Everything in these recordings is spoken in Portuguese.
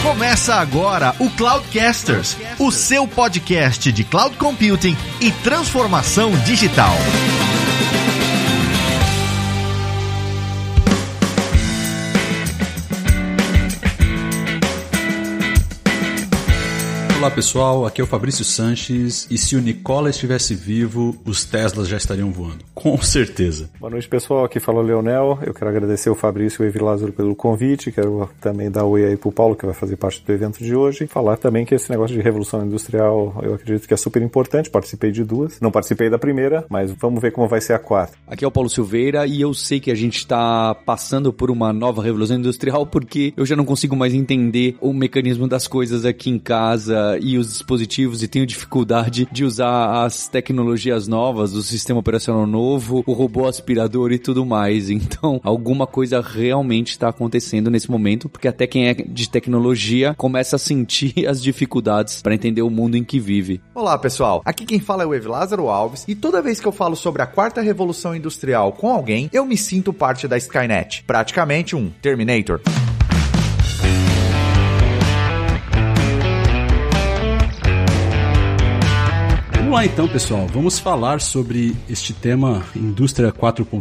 Começa agora o Cloudcasters, o seu podcast de cloud computing e transformação digital. Olá pessoal, aqui é o Fabrício Sanches e se o Nikola estivesse vivo, os Teslas já estariam voando, com certeza. Boa noite pessoal, aqui fala o Leonel, eu quero agradecer o Fabrício e o Evi Lázaro pelo convite, quero também dar oi aí pro Paulo que vai fazer parte do evento de hoje, e falar também que esse negócio de revolução industrial eu acredito que é super importante, participei de duas, não participei da primeira, mas vamos ver como vai ser a quarta. Aqui é o Paulo Silveira e eu sei que a gente está passando por uma nova revolução industrial porque eu já não consigo mais entender o mecanismo das coisas aqui em casa e os dispositivos e tenho dificuldade de usar as tecnologias novas, o sistema operacional novo, o robô aspirador e tudo mais. Então, alguma coisa realmente está acontecendo nesse momento, porque até quem é de tecnologia começa a sentir as dificuldades para entender o mundo em que vive. Olá, pessoal. Aqui quem fala é o Evi Lázaro Alves e toda vez que eu falo sobre a quarta revolução industrial com alguém, eu me sinto parte da Skynet. Praticamente um Terminator. Vamos lá então, pessoal. Vamos falar sobre este tema Indústria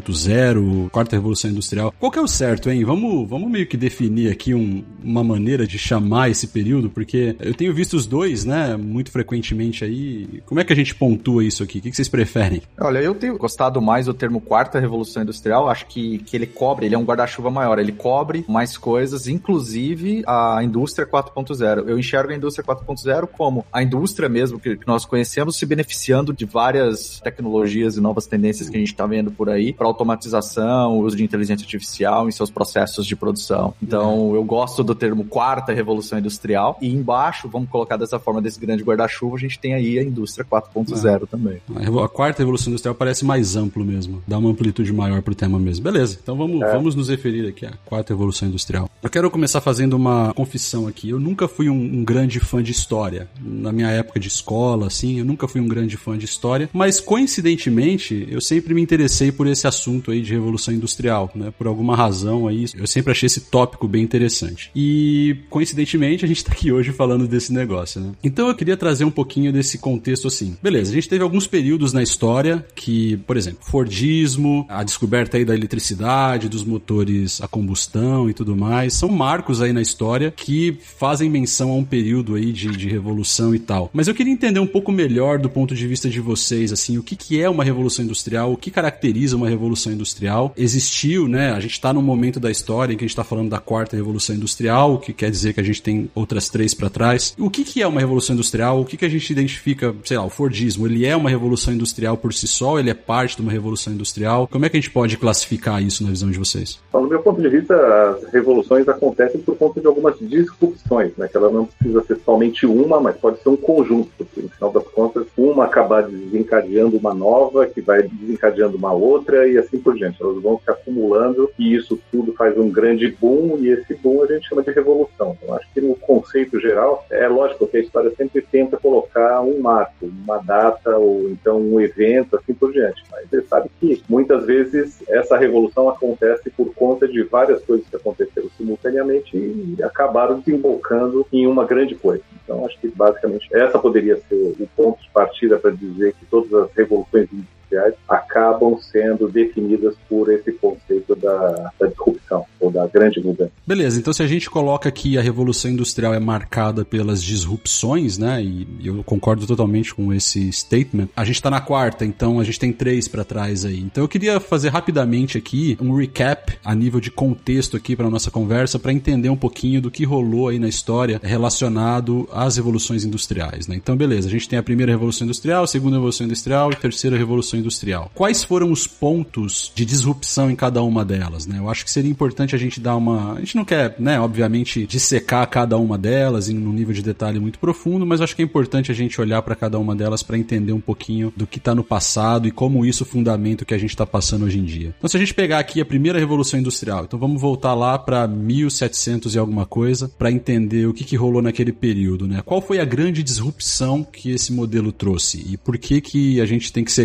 4.0, Quarta Revolução Industrial. Qual que é o certo, hein? Vamos meio que definir aqui uma maneira de chamar esse período, porque eu tenho visto os dois, né, muito frequentemente aí. Como é que a gente pontua isso aqui? O que vocês preferem? Olha, eu tenho gostado mais do termo Quarta Revolução Industrial. Acho que ele é um guarda-chuva maior. Ele cobre mais coisas, inclusive a Indústria 4.0. Eu enxergo a Indústria 4.0 como a indústria mesmo que nós conhecemos se beneficiando de várias tecnologias e novas tendências que a gente está vendo por aí para automatização, uso de inteligência artificial em seus processos de produção. Então, eu gosto do termo quarta revolução industrial e embaixo, vamos colocar dessa forma, desse grande guarda-chuva, a gente tem aí a indústria 4.0 também. A quarta revolução industrial parece mais amplo mesmo, dá uma amplitude maior pro tema mesmo. Beleza, então vamos nos referir aqui à quarta revolução industrial. Eu quero começar fazendo uma confissão aqui. Eu nunca fui um grande fã de história. Na minha época de escola, assim, eu nunca fui um grande fã de história, mas coincidentemente eu sempre me interessei por esse assunto aí de revolução industrial, né? Por alguma razão aí, eu sempre achei esse tópico bem interessante. E coincidentemente a gente tá aqui hoje falando desse negócio, né? Então eu queria trazer um pouquinho desse contexto assim. Beleza, a gente teve alguns períodos na história que, por exemplo, Fordismo, a descoberta aí da eletricidade, dos motores a combustão e tudo mais, são marcos aí na história que fazem menção a um período aí de revolução e tal. Mas eu queria entender um pouco melhor do ponto de vista de vocês, assim, o que é uma revolução industrial, o que caracteriza uma revolução industrial. Existiu, né, a gente está num momento da história em que a gente está falando da quarta revolução industrial, o que quer dizer que a gente tem outras três para trás. O que é uma revolução industrial? O que a gente identifica, sei lá, o Fordismo, ele é uma revolução industrial por si só? Ele é parte de uma revolução industrial? Como é que a gente pode classificar isso na visão de vocês? Então, do meu ponto de vista, as revoluções acontecem por conta de algumas disrupções, né, que ela não precisa ser somente uma, mas pode ser um conjunto, porque no final das contas, uma acabar desencadeando uma nova, que vai desencadeando uma outra e assim por diante. Elas vão se acumulando e isso tudo faz um grande boom e esse boom a gente chama de revolução. Então, acho que no conceito geral, é lógico que a história sempre tenta colocar um marco, uma data ou então um evento, assim por diante. Mas você sabe que muitas vezes essa revolução acontece por conta de várias coisas que aconteceram simultaneamente e acabaram desembocando em uma grande coisa. Então, acho que basicamente essa poderia ser o ponto de partida para dizer que todas as revoluções industriais acabam sendo definidas por esse conceito da disrupção ou da grande mudança. Beleza, então se a gente coloca que a Revolução Industrial é marcada pelas disrupções, né, e eu concordo totalmente com esse statement, a gente está na quarta, então a gente tem 3 para trás aí. Então eu queria fazer rapidamente aqui um recap a nível de contexto aqui para nossa conversa, para entender um pouquinho do que rolou aí na história relacionado às revoluções industriais, né? Então beleza, a gente tem a primeira Revolução Industrial, a segunda Revolução Industrial e a terceira Revolução Industrial. Quais foram os pontos de disrupção em cada uma delas, né? Eu acho que seria importante a gente dar uma... A gente não quer, né, obviamente, dissecar cada uma delas em um nível de detalhe muito profundo, mas acho que é importante a gente olhar para cada uma delas para entender um pouquinho do que está no passado e como isso fundamenta o que a gente está passando hoje em dia. Então, se a gente pegar aqui a primeira Revolução Industrial, então vamos voltar lá para 1700 e alguma coisa para entender o que rolou naquele período, né? Qual foi a grande disrupção que esse modelo trouxe e por que a gente tem que ser grato a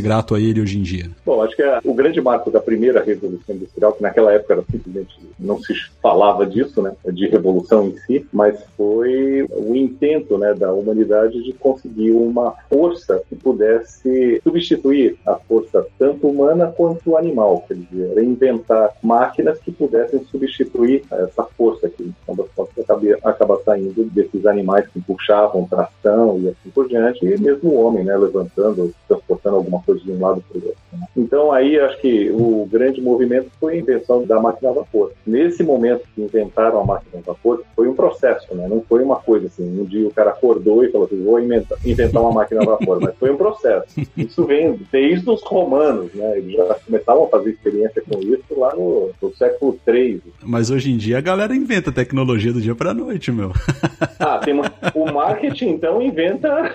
ele hoje em dia? Bom, acho que o grande marco da primeira Revolução Industrial, que naquela época era simplesmente não se falava disso, né, de revolução em si, mas foi o intento, né, da humanidade de conseguir uma força que pudesse substituir a força tanto humana quanto animal, quer dizer, era inventar máquinas que pudessem substituir essa força que, no final das contas, acaba saindo desses animais que puxavam tração e assim por diante, e mesmo o homem, né, levantando, transportando alguma coisa de um lado para o outro. Né? Então aí acho que o grande movimento foi a invenção da máquina a vapor. Nesse momento que inventaram a máquina a vapor, foi um processo, né? Não foi uma coisa assim, um dia o cara acordou e falou assim, vou inventar uma máquina a vapor, mas foi um processo. Isso vem desde os romanos, né? Eles já começavam a fazer experiência com isso lá no século III. Mas hoje em dia a galera inventa tecnologia do dia pra noite, meu. O marketing, então, inventa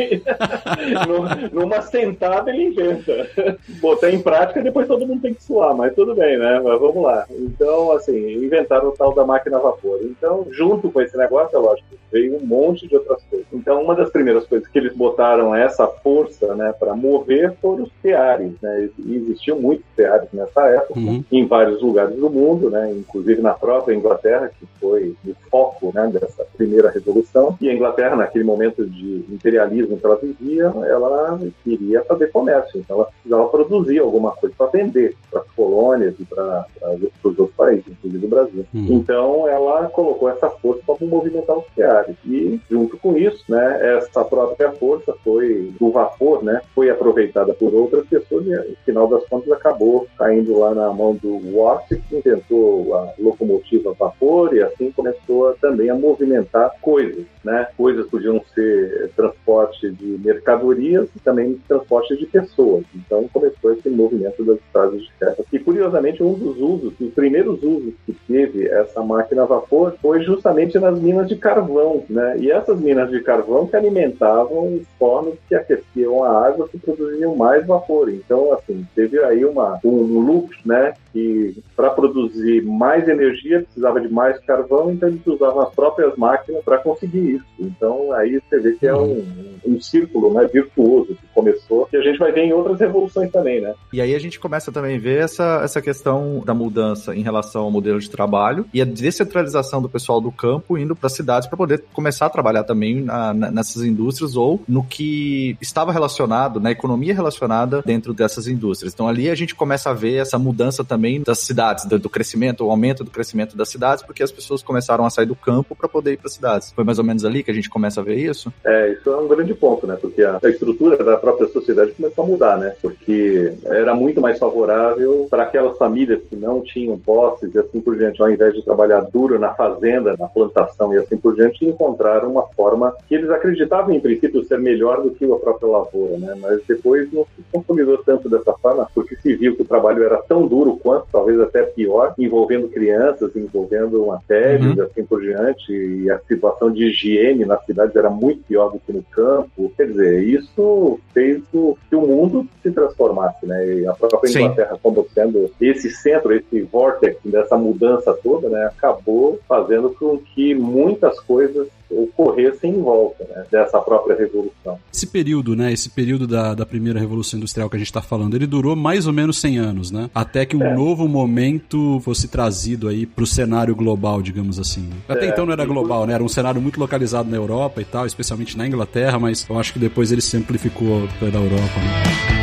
numa sentada ele inventa. Botar em prática, depois todo mundo tem que suar, mas tudo bem, né? Mas vamos lá. Então, assim, inventaram o tal da máquina a vapor. Então, junto com esse negócio, é lógico, veio um monte de outras coisas. Então, uma das primeiras coisas que eles botaram essa força, né, para mover foram os teares, né? E existiam muitos teares nessa época, em vários lugares do mundo, né? Inclusive na própria Inglaterra, que foi o foco, né, dessa primeira revolução. E a Inglaterra, naquele momento de imperialismo que ela vivia, ela queria fazer comércio. Então, ela precisava produzir alguma coisa para vender para as colônias e para os outros países, inclusive o Brasil. Então, ela colocou essa força para movimentar os teares. E, junto com isso, né, essa própria força do vapor, né, foi aproveitada por outras pessoas e, no final das contas, acabou caindo lá na mão do Watt, que inventou a locomotiva a vapor e assim começou também a movimentar coisas, né? Coisas podiam ser transporte de mercadorias e também transporte de pessoas. Então, começou esse movimento das estradas de ferro. E, curiosamente, um dos primeiros usos que teve essa máquina a vapor foi justamente nas minas de carvão, né? E essas minas de carvão que alimentavam os fornos que aqueciam a água, que produziam mais vapor. Então, assim, teve aí um loop, né? Que para produzir mais energia precisava de mais carvão, então eles usavam as próprias máquinas para conseguir isso. Então, aí você vê que é um círculo, né, virtuoso que começou, que a gente vai ver em outras revoluções também, né? E aí a gente começa também a ver essa questão da mudança em relação ao modelo de trabalho e a descentralização do pessoal do campo indo para as cidades para poder começar a trabalhar também nessas indústrias ou no que estava relacionado, na economia relacionada dentro dessas indústrias. Então ali a gente começa a ver essa mudança também das cidades, do crescimento, o aumento do crescimento das cidades, porque as pessoas começaram a sair do campo para poder ir para as cidades. Foi mais ou menos ali que a gente começa a ver isso? Isso é um grande ponto, né? Porque a estrutura da própria sociedade começou a mudar, né? Porque era muito mais favorável para aquelas famílias que não tinham posses e assim por diante, ao invés de trabalhar duro na fazenda, na plantação e assim por diante, encontraram uma forma que eles acreditavam, em princípio, ser melhor do que a própria lavoura, né? Mas depois não se consolidou tanto dessa forma, porque se viu que o trabalho era tão duro quanto, talvez até pior, envolvendo crianças, envolvendo matérias e assim por diante, e a situação de higiene nas cidades era muito pior do que no campo. Quer dizer, isso fez que o mundo se transformasse, né? E a própria Inglaterra, como sendo esse centro, esse vórtice dessa mudança toda, né, acabou fazendo com que muitas coisas ocorressem em volta, né, dessa própria revolução. Esse período, né, da primeira revolução industrial que a gente está falando, ele durou mais ou menos 100 anos, né? Até que um novo momento fosse trazido aí para o cenário global, digamos assim. Até então não era global, né? Era um cenário muito localizado na Europa e tal, especialmente na Inglaterra, mas eu acho que depois ele se amplificou pela Europa, né?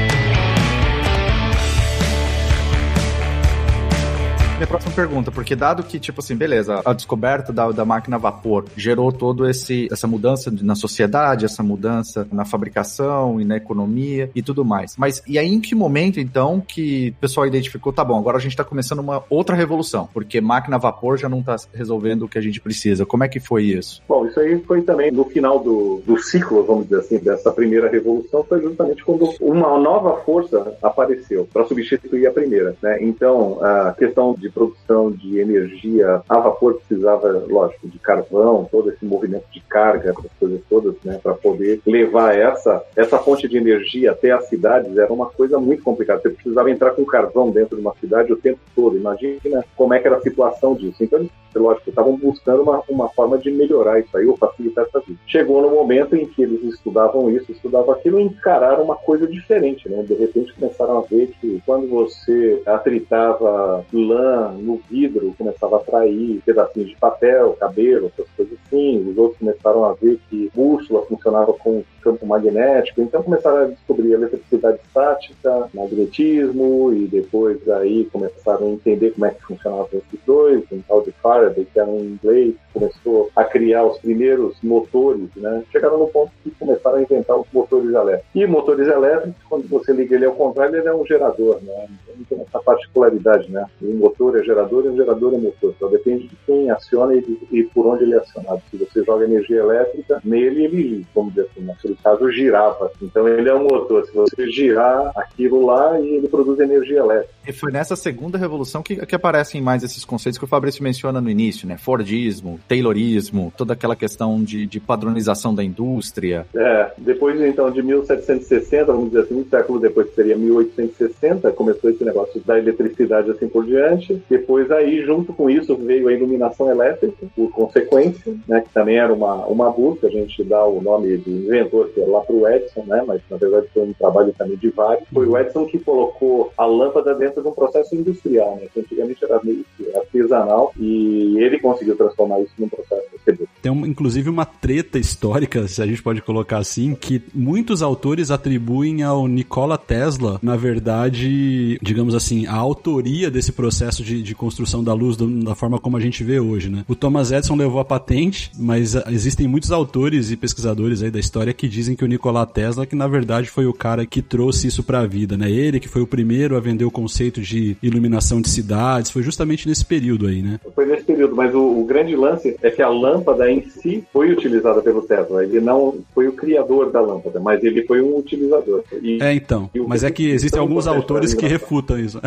Minha próxima pergunta, porque dado que, tipo assim, beleza, a descoberta da máquina a vapor gerou toda essa mudança na sociedade, essa mudança na fabricação e na economia e tudo mais. Mas e aí em que momento, então, que o pessoal identificou, tá bom, agora a gente está começando uma outra revolução, porque máquina a vapor já não está resolvendo o que a gente precisa. Como é que foi isso? Bom, isso aí foi também no final do ciclo, vamos dizer assim, dessa primeira revolução, foi justamente quando uma nova força apareceu para substituir a primeira, né? Então, a questão de de produção de energia a vapor precisava, lógico, de carvão, todo esse movimento de carga, essas coisas todas, né, para poder levar essa fonte de energia até as cidades, era uma coisa muito complicada. Você precisava entrar com carvão dentro de uma cidade o tempo todo. Imagina como é que era a situação disso. Então, eles, lógico, estavam buscando uma forma de melhorar isso aí, ou facilitar essa vida. Chegou no momento em que eles estudavam aquilo e encararam uma coisa diferente, né? De repente começaram a ver que quando você atritava lã no vidro, começava a atrair pedacinhos de papel, cabelo, essas coisas assim. Os outros começaram a ver que bússola funcionava com campo magnético, então começaram a descobrir eletricidade estática, magnetismo, e depois aí começaram a entender como é que funcionavam esses dois, um tal de Faraday, que era um inglês, começou a criar os primeiros motores, né? Chegaram no ponto que começaram a inventar os motores elétricos. E motores elétricos, quando você liga ele ao contrário, ele é um gerador, né? Então tem essa particularidade, né? Um motor é gerador e um gerador é motor. Então depende de quem aciona e por onde ele é acionado. Se você joga energia elétrica nele, ele, vamos dizer assim, naquele caso, girava. Então ele é um motor. Se você girar aquilo lá, ele produz energia elétrica. E foi nessa segunda revolução que aparecem mais esses conceitos que o Fabrício menciona no início, né? Fordismo, Taylorismo, toda aquela questão de padronização da indústria. Depois então de 1760, vamos dizer assim, um século depois, que seria 1860, começou esse negócio da eletricidade assim por diante. Depois aí, junto com isso, veio a iluminação elétrica, por consequência, né? Que também era uma busca. A gente dá o nome de inventor, que é lá para o Edison, né? Mas na verdade foi um trabalho também de vários. Foi o Edison que colocou a lâmpada dentro de um processo industrial, né? Que antigamente era meio artesanal, e ele conseguiu transformar isso num processo industrial. Tem inclusive uma treta histórica, se a gente pode colocar assim, que muitos autores atribuem ao Nikola Tesla, na verdade, digamos assim, a autoria desse processo de construção da luz da forma como a gente vê hoje, né? O Thomas Edison levou a patente, mas existem muitos autores e pesquisadores aí da história que dizem que o Nikola Tesla, que na verdade foi o cara que trouxe isso pra vida, né? Ele que foi o primeiro a vender o conceito de iluminação de cidades, foi justamente nesse período aí, né? Foi nesse período, mas o grande lance é que a lâmpada em si foi utilizada pelo Tesla. Ele não foi o criador da lâmpada, mas ele foi um utilizador. Mas é que existem alguns autores que refutam isso.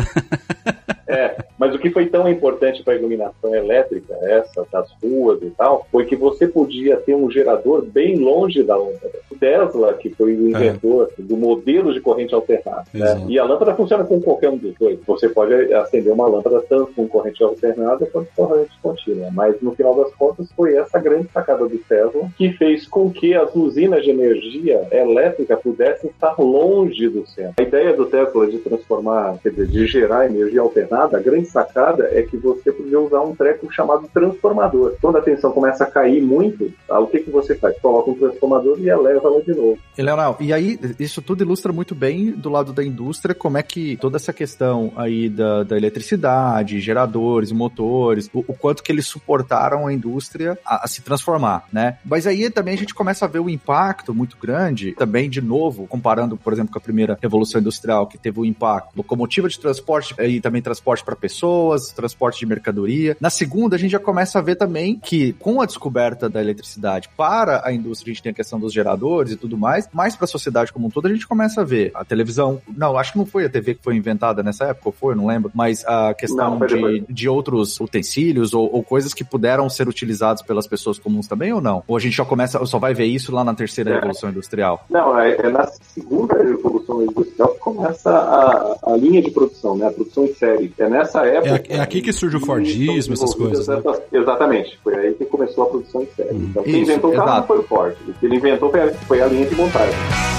Mas o que foi tão importante para a iluminação elétrica, essa das ruas e tal, foi que você podia ter um gerador bem longe da lâmpada. O Tesla, que foi o inventor do modelo de corrente alternada, né? E a lâmpada funciona com qualquer um dos dois. Você pode acender uma lâmpada tanto com corrente alternada quanto com corrente contínua. Mas no final das contas foi essa grande sacada do Tesla que fez com que as usinas de energia elétrica pudessem estar longe do centro. A ideia do Tesla de transformar, quer dizer, de gerar energia alternada, a grande sacada é que você podia usar um treco chamado transformador. Quando a tensão começa a cair muito, o que você faz? Coloca um transformador e eleva ela de novo. E Leonel, e aí isso tudo ilustra muito bem do lado da indústria como é que toda essa questão aí da eletricidade, geradores, motores, o quanto que eles suportaram a indústria a se transformar, né? Mas aí também a gente começa a ver o impacto muito grande, também de novo, comparando, por exemplo, com a primeira revolução industrial, que teve o impacto locomotiva de transporte e também transporte para pessoas, transporte de mercadoria. Na segunda, a gente já começa a ver também que, com a descoberta da eletricidade para a indústria, a gente tem a questão dos geradores e tudo mais, mas para a sociedade como um todo, a gente começa a ver a televisão. Não, acho que não foi a TV que foi inventada nessa época, ou foi, eu não lembro, mas a questão de outros utensílios ou coisas que puderam ser utilizados pelas pessoas comuns também, ou não? Ou a gente só vai ver isso lá na terceira revolução industrial? Não, é na segunda revolução industrial que começa a linha de produção, né? A produção em série. É nessa época... É aqui que surge o Fordismo, essas coisas, né? Exatamente. Foi aí que começou a produção em série. Então, quem inventou o carro não foi o Ford. O que ele inventou foi a linha de montagem.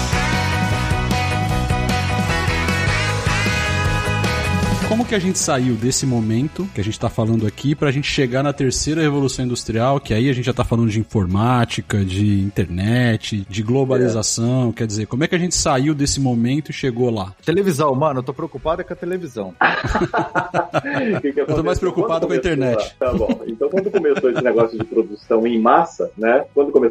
Como que a gente saiu desse momento que a gente está falando aqui pra gente chegar na terceira revolução industrial, que aí a gente já tá falando de informática, de internet, de globalização, quer dizer, como é que a gente saiu desse momento e chegou lá? Televisão, mano, eu tô preocupado com a televisão. Eu tô mais preocupado com a internet. Tá bom, então quando começou esse negócio de produção em massa, né,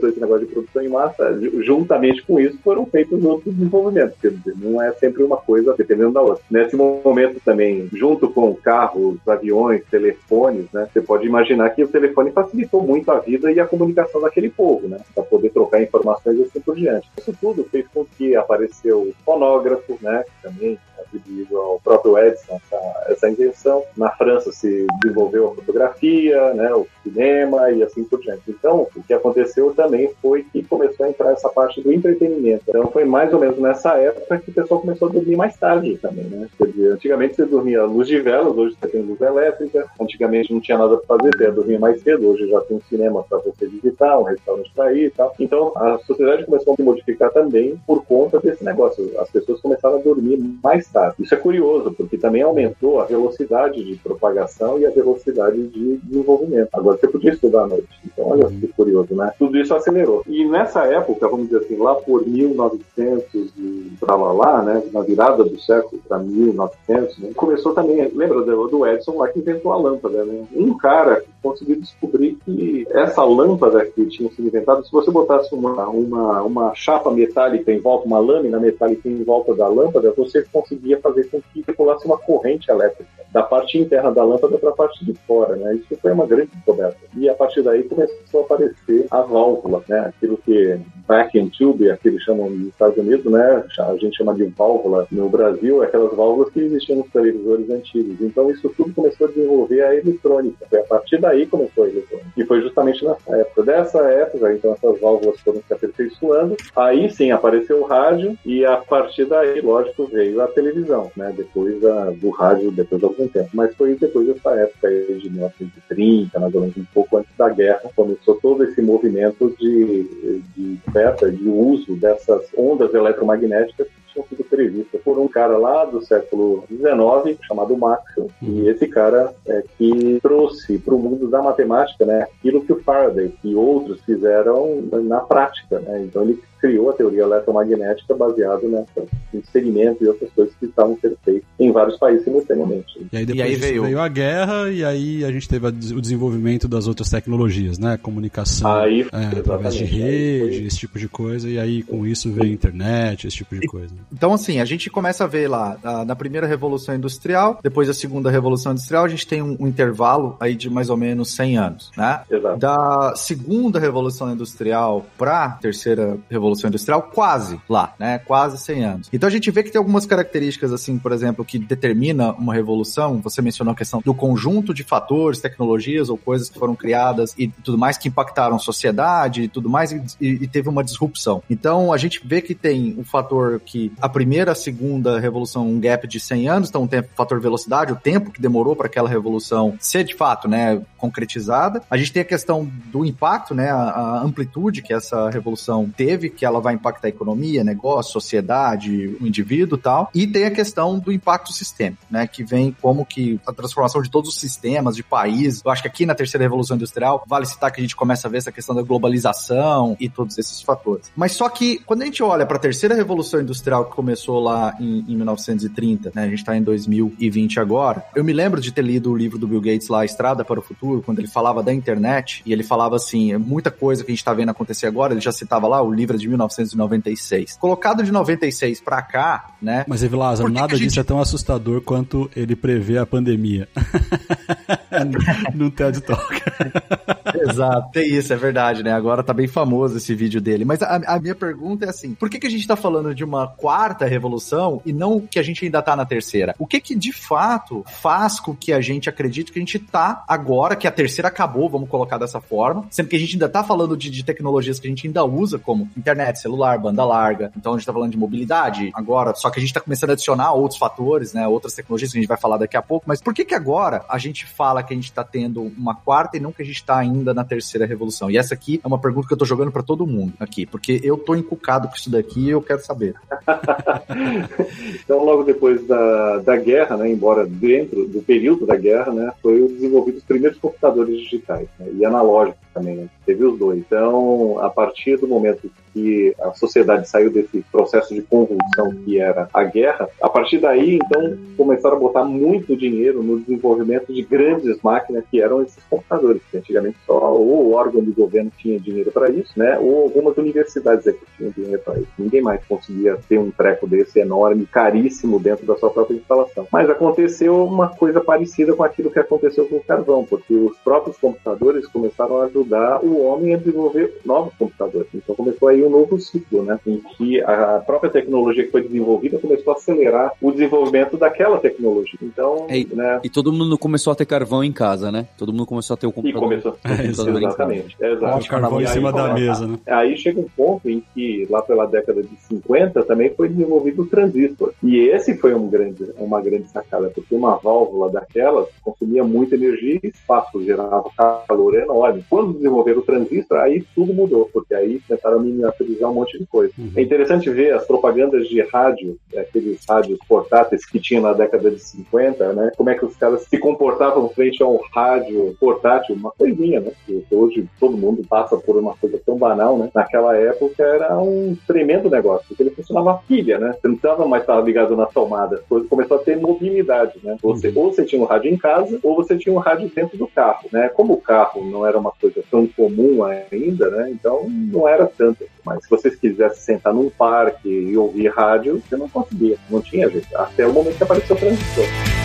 juntamente com isso foram feitos outros desenvolvimentos, quer dizer, não é sempre uma coisa dependendo da outra. Nesse momento também junto com carros, aviões, telefones, né? Você pode imaginar que o telefone facilitou muito a vida e a comunicação daquele povo, né? Para poder trocar informações e assim por diante. Isso tudo fez com que apareceu o fonógrafo, né? Que também atribuído ao próprio Edison essa invenção. Na França se desenvolveu a fotografia, né? O cinema e assim por diante. Então, o que aconteceu também foi que começou a entrar essa parte do entretenimento. Então, foi mais ou menos nessa época que o pessoal começou a dormir mais tarde também, né? Quer dizer, antigamente você dormia à luz de velas, hoje você tem luz elétrica. Antigamente não tinha nada para fazer, você ia dormir mais cedo. Hoje já tem um cinema para você visitar, um restaurante para ir e tal. Então, a sociedade começou a se modificar também por conta desse negócio. As pessoas começaram a dormir mais tarde. Isso é curioso, porque também aumentou a velocidade de propagação e a velocidade de desenvolvimento. Agora você podia estudar à noite. Então, olha que curioso, né? Tudo isso acelerou. E nessa época, vamos dizer assim, lá por 1900 e pra lá, né? Na virada do século para 1900, né? Começou também, lembra do Edison lá que inventou a lâmpada, né? Um cara conseguiu descobrir que essa lâmpada que tinha sido inventada, se você botasse uma chapa metálica em volta, uma lâmina metálica em volta da lâmpada, você conseguia fazer com que circulasse uma corrente elétrica da parte interna da lâmpada para a parte de fora, né? Isso foi uma grande descoberta. E a partir daí começou a aparecer a válvula, né? Aquilo que vacuum tube, aquilo que chamam nos Estados Unidos, né? A gente chama de válvula no Brasil, aquelas válvulas que existiam nos televisores antigos. Então isso tudo começou a desenvolver a eletrônica. Foi a partir daí que começou a eletrônica. E foi justamente nessa época. Dessa época, então essas válvulas foram se aperfeiçoando. Aí sim apareceu o rádio e a partir daí, lógico, veio a televisão, né? Depois do rádio, depois de algum tempo. Mas foi depois dessa época aí de 1930, mais ou menos um pouco antes da guerra, começou todo esse movimento de oferta, de uso dessas ondas eletromagnéticas que tinham sido previstas por um cara lá do século XIX, chamado Maxwell, e esse cara que trouxe para o mundo da matemática, né, aquilo que o Faraday e outros fizeram na prática, né? Então ele criou a teoria eletromagnética baseada em experimentos e outras coisas que estavam sendo feitas em vários países simultaneamente. E aí depois veio a guerra e aí a gente teve o desenvolvimento das outras tecnologias, né? Comunicação através de rede, esse tipo de coisa, e aí com isso veio a internet, esse tipo de coisa. Então assim, a gente começa a ver lá, na primeira Revolução Industrial, depois da segunda Revolução Industrial, a gente tem um intervalo aí de mais ou menos 100 anos, né? Exato. Da segunda Revolução Industrial para a terceira Revolução Industrial, quase lá, né? Quase 100 anos. Então a gente vê que tem algumas características, assim, por exemplo, que determina uma revolução. Você mencionou a questão do conjunto de fatores, tecnologias ou coisas que foram criadas e tudo mais que impactaram a sociedade e tudo mais e teve uma disrupção. Então a gente vê que tem um fator que a primeira, a segunda revolução, um gap de 100 anos, então tem o fator velocidade, o tempo que demorou para aquela revolução ser de fato, né, concretizada. A gente tem a questão do impacto, né, a amplitude que essa revolução teve, que ela vai impactar a economia, negócio, sociedade, o indivíduo e tal. E tem a questão do impacto sistêmico, né? Que vem como que a transformação de todos os sistemas, de país. Eu acho que aqui na terceira Revolução Industrial, vale citar que a gente começa a ver essa questão da globalização e todos esses fatores. Mas só que, quando a gente olha para a terceira Revolução Industrial, que começou lá em 1930, né? A gente está em 2020 agora. Eu me lembro de ter lido o livro do Bill Gates lá, A Estrada para o Futuro, quando ele falava da internet, e ele falava assim, muita coisa que a gente está vendo acontecer agora, ele já citava lá, o livro de 1996. Colocado de 96 pra cá, né? Mas, Evilásaro, nada disso é tão assustador quanto ele prevê a pandemia. No TED Talk. Exato, tem isso, é verdade, né? Agora tá bem famoso esse vídeo dele. Mas a minha pergunta é assim, por que a gente tá falando de uma quarta revolução e não que a gente ainda tá na terceira? O que de fato faz com que a gente acredite que a gente tá agora, que a terceira acabou, vamos colocar dessa forma, sendo que a gente ainda tá falando de tecnologias que a gente ainda usa, como internet, celular, banda larga. Então a gente tá falando de mobilidade agora, só que a gente tá começando a adicionar outros fatores, né? Outras tecnologias que a gente vai falar daqui a pouco. Mas por que agora a gente fala que a gente tá tendo uma quarta e não que a gente tá ainda na terceira revolução? E essa aqui é uma pergunta que eu tô jogando pra todo mundo aqui, porque eu tô encucado com isso daqui e eu quero saber. Então, logo depois da guerra, né, embora dentro do período da guerra, né, foi desenvolvido os primeiros computadores digitais, né, e analógicos também, né? Teve os dois. Então, a partir do momento que a sociedade saiu desse processo de convulsão que era a guerra, a partir daí, então, começaram a botar muito dinheiro no desenvolvimento de grandes máquinas que eram esses computadores, que antigamente só o órgão do governo tinha dinheiro para isso, né? Ou algumas universidades que tinham dinheiro para isso. Ninguém mais conseguia ter um treco desse enorme, caríssimo dentro da sua própria instalação. Mas aconteceu uma coisa parecida com aquilo que aconteceu com o carvão, porque os próprios computadores começaram a ajudar o homem a desenvolver novos computadores. Então começou aí um novo ciclo, né? Em que a própria tecnologia que foi desenvolvida começou a acelerar o desenvolvimento daquela tecnologia. Então, né? E todo mundo começou a ter carvão em casa, né? Todo mundo começou a ter o computador. E começou. Exatamente. O carvão em cima da mesa, né? Aí chega um ponto em que, lá pela década de 50, também foi desenvolvido o transistor. E esse foi uma grande sacada, porque uma válvula daquelas consumia muita energia e espaço, gerava calor enorme. Quando desenvolveram o transistor, aí tudo mudou, porque aí tentaram miniaturizar um monte de coisa. É interessante ver as propagandas de rádio, aqueles rádios portáteis que tinha na década de 50, né? Como é que os caras se comportavam frente a um rádio portátil, uma coisinha, né? Que hoje todo mundo passa por uma coisa tão banal, né? Naquela época era um tremendo negócio, porque ele funcionava a pilha, né? Você não precisava mais estar ligado na tomada. A coisa começou a ter mobilidade, né? Ou você tinha um rádio em casa, ou você tinha um rádio dentro do carro, né? Como o carro não era uma coisa tão comum ainda, né? Então não era tanto. Mas se você quisesse sentar num parque e ouvir rádio, você não conseguia. Não tinha jeito. Até o momento que apareceu o transistor.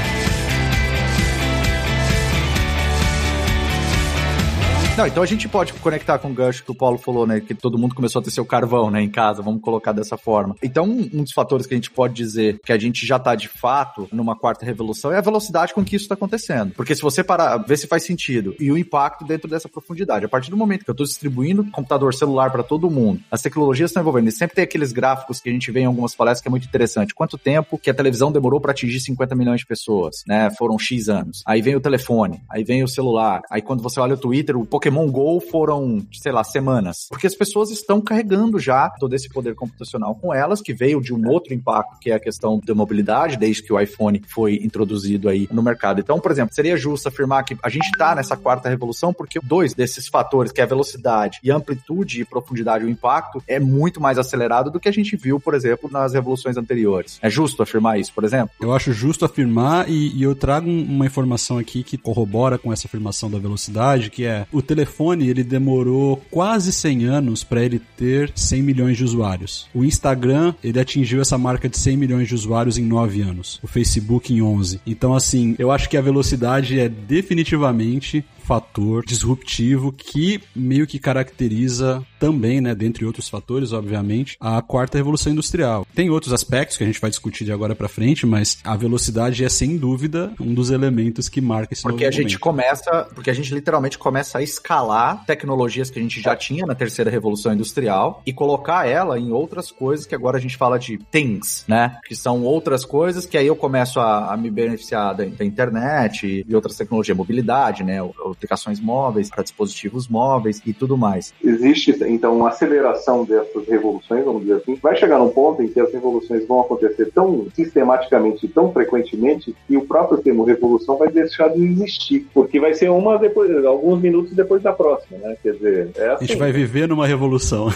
Não, então a gente pode conectar com o gancho que o Paulo falou, né? Que todo mundo começou a ter seu carvão, né? Em casa, vamos colocar dessa forma. Então, um dos fatores que a gente pode dizer que a gente já tá de fato numa quarta revolução é a velocidade com que isso tá acontecendo. Porque se você parar, ver se faz sentido e o impacto dentro dessa profundidade. A partir do momento que eu tô distribuindo computador celular para todo mundo, as tecnologias estão envolvendo. E sempre tem aqueles gráficos que a gente vê em algumas palestras que é muito interessante. Quanto tempo que a televisão demorou para atingir 50 milhões de pessoas, né? Foram X anos. Aí vem o telefone, aí vem o celular. Aí quando você olha o Twitter, o Pokémon Go foram, sei lá, semanas. Porque as pessoas estão carregando já todo esse poder computacional com elas, que veio de um outro impacto, que é a questão da mobilidade, desde que o iPhone foi introduzido aí no mercado. Então, por exemplo, seria justo afirmar que a gente está nessa quarta revolução porque dois desses fatores, que é a velocidade e a amplitude e profundidade, o impacto, é muito mais acelerado do que a gente viu, por exemplo, nas revoluções anteriores. É justo afirmar isso, por exemplo? Eu acho justo afirmar e eu trago uma informação aqui que corrobora com essa afirmação da velocidade, que é o telefone, ele demorou quase 100 anos para ele ter 100 milhões de usuários. O Instagram, ele atingiu essa marca de 100 milhões de usuários em 9 anos. O Facebook em 11. Então, assim, eu acho que a velocidade é definitivamente fator disruptivo que meio que caracteriza também, né, dentre outros fatores, obviamente, a quarta revolução industrial. Tem outros aspectos que a gente vai discutir de agora pra frente, mas a velocidade é, sem dúvida, um dos elementos que marca esse novo momento. Porque a gente literalmente começa a escalar tecnologias que a gente já tinha na terceira revolução industrial e colocar ela em outras coisas que agora a gente fala de things, né, que são outras coisas que aí eu começo a me beneficiar da internet e outras tecnologias, mobilidade, né, aplicações móveis, para dispositivos móveis e tudo mais. Existe, então, uma aceleração dessas revoluções, vamos dizer assim. Vai chegar num ponto em que as revoluções vão acontecer tão sistematicamente, tão frequentemente, que o próprio termo revolução vai deixar de existir, porque vai ser uma depois, alguns minutos depois da próxima, né? Quer dizer, é assim. A gente vai viver numa revolução.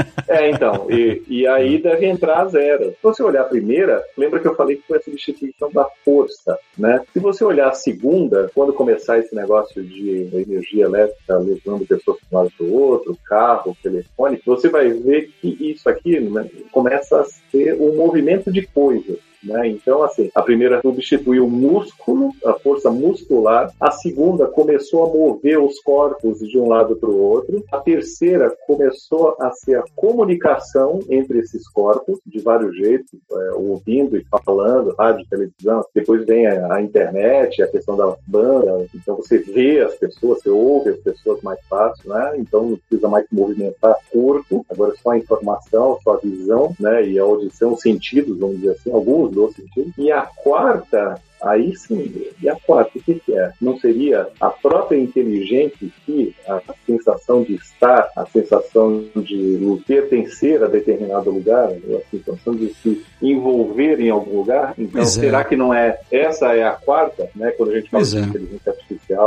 Então, e aí deve entrar as eras. Se você olhar a primeira, lembra que eu falei que foi a substituição da força, né? Se você olhar a segunda, quando começar esse negócio de energia elétrica levando pessoas de um lado para o outro, carro, telefone, você vai ver que isso aqui, né, começa a ser um movimento de coisas. Né? Então, assim, a primeira substituiu o músculo, a força muscular. A segunda começou a mover os corpos de um lado para o outro. A terceira começou a ser a comunicação entre esses corpos, de vários jeitos, ouvindo e falando, rádio, televisão. Depois vem a internet, a questão da banda. Então, você vê as pessoas, você ouve as pessoas mais fácil, né? Então, não precisa mais movimentar o corpo. Agora, só a informação, só a visão, né? E a audição, os sentidos, vamos dizer assim, alguns dos sentidos. E a quarta, aí sim, e a quarta, o que é? Não seria a própria inteligência que a sensação de estar, a sensação de pertencer a determinado lugar, a sensação de se envolver em algum lugar? Então, será que não é? Essa é a quarta, né? Quando a gente fala de inteligência artificial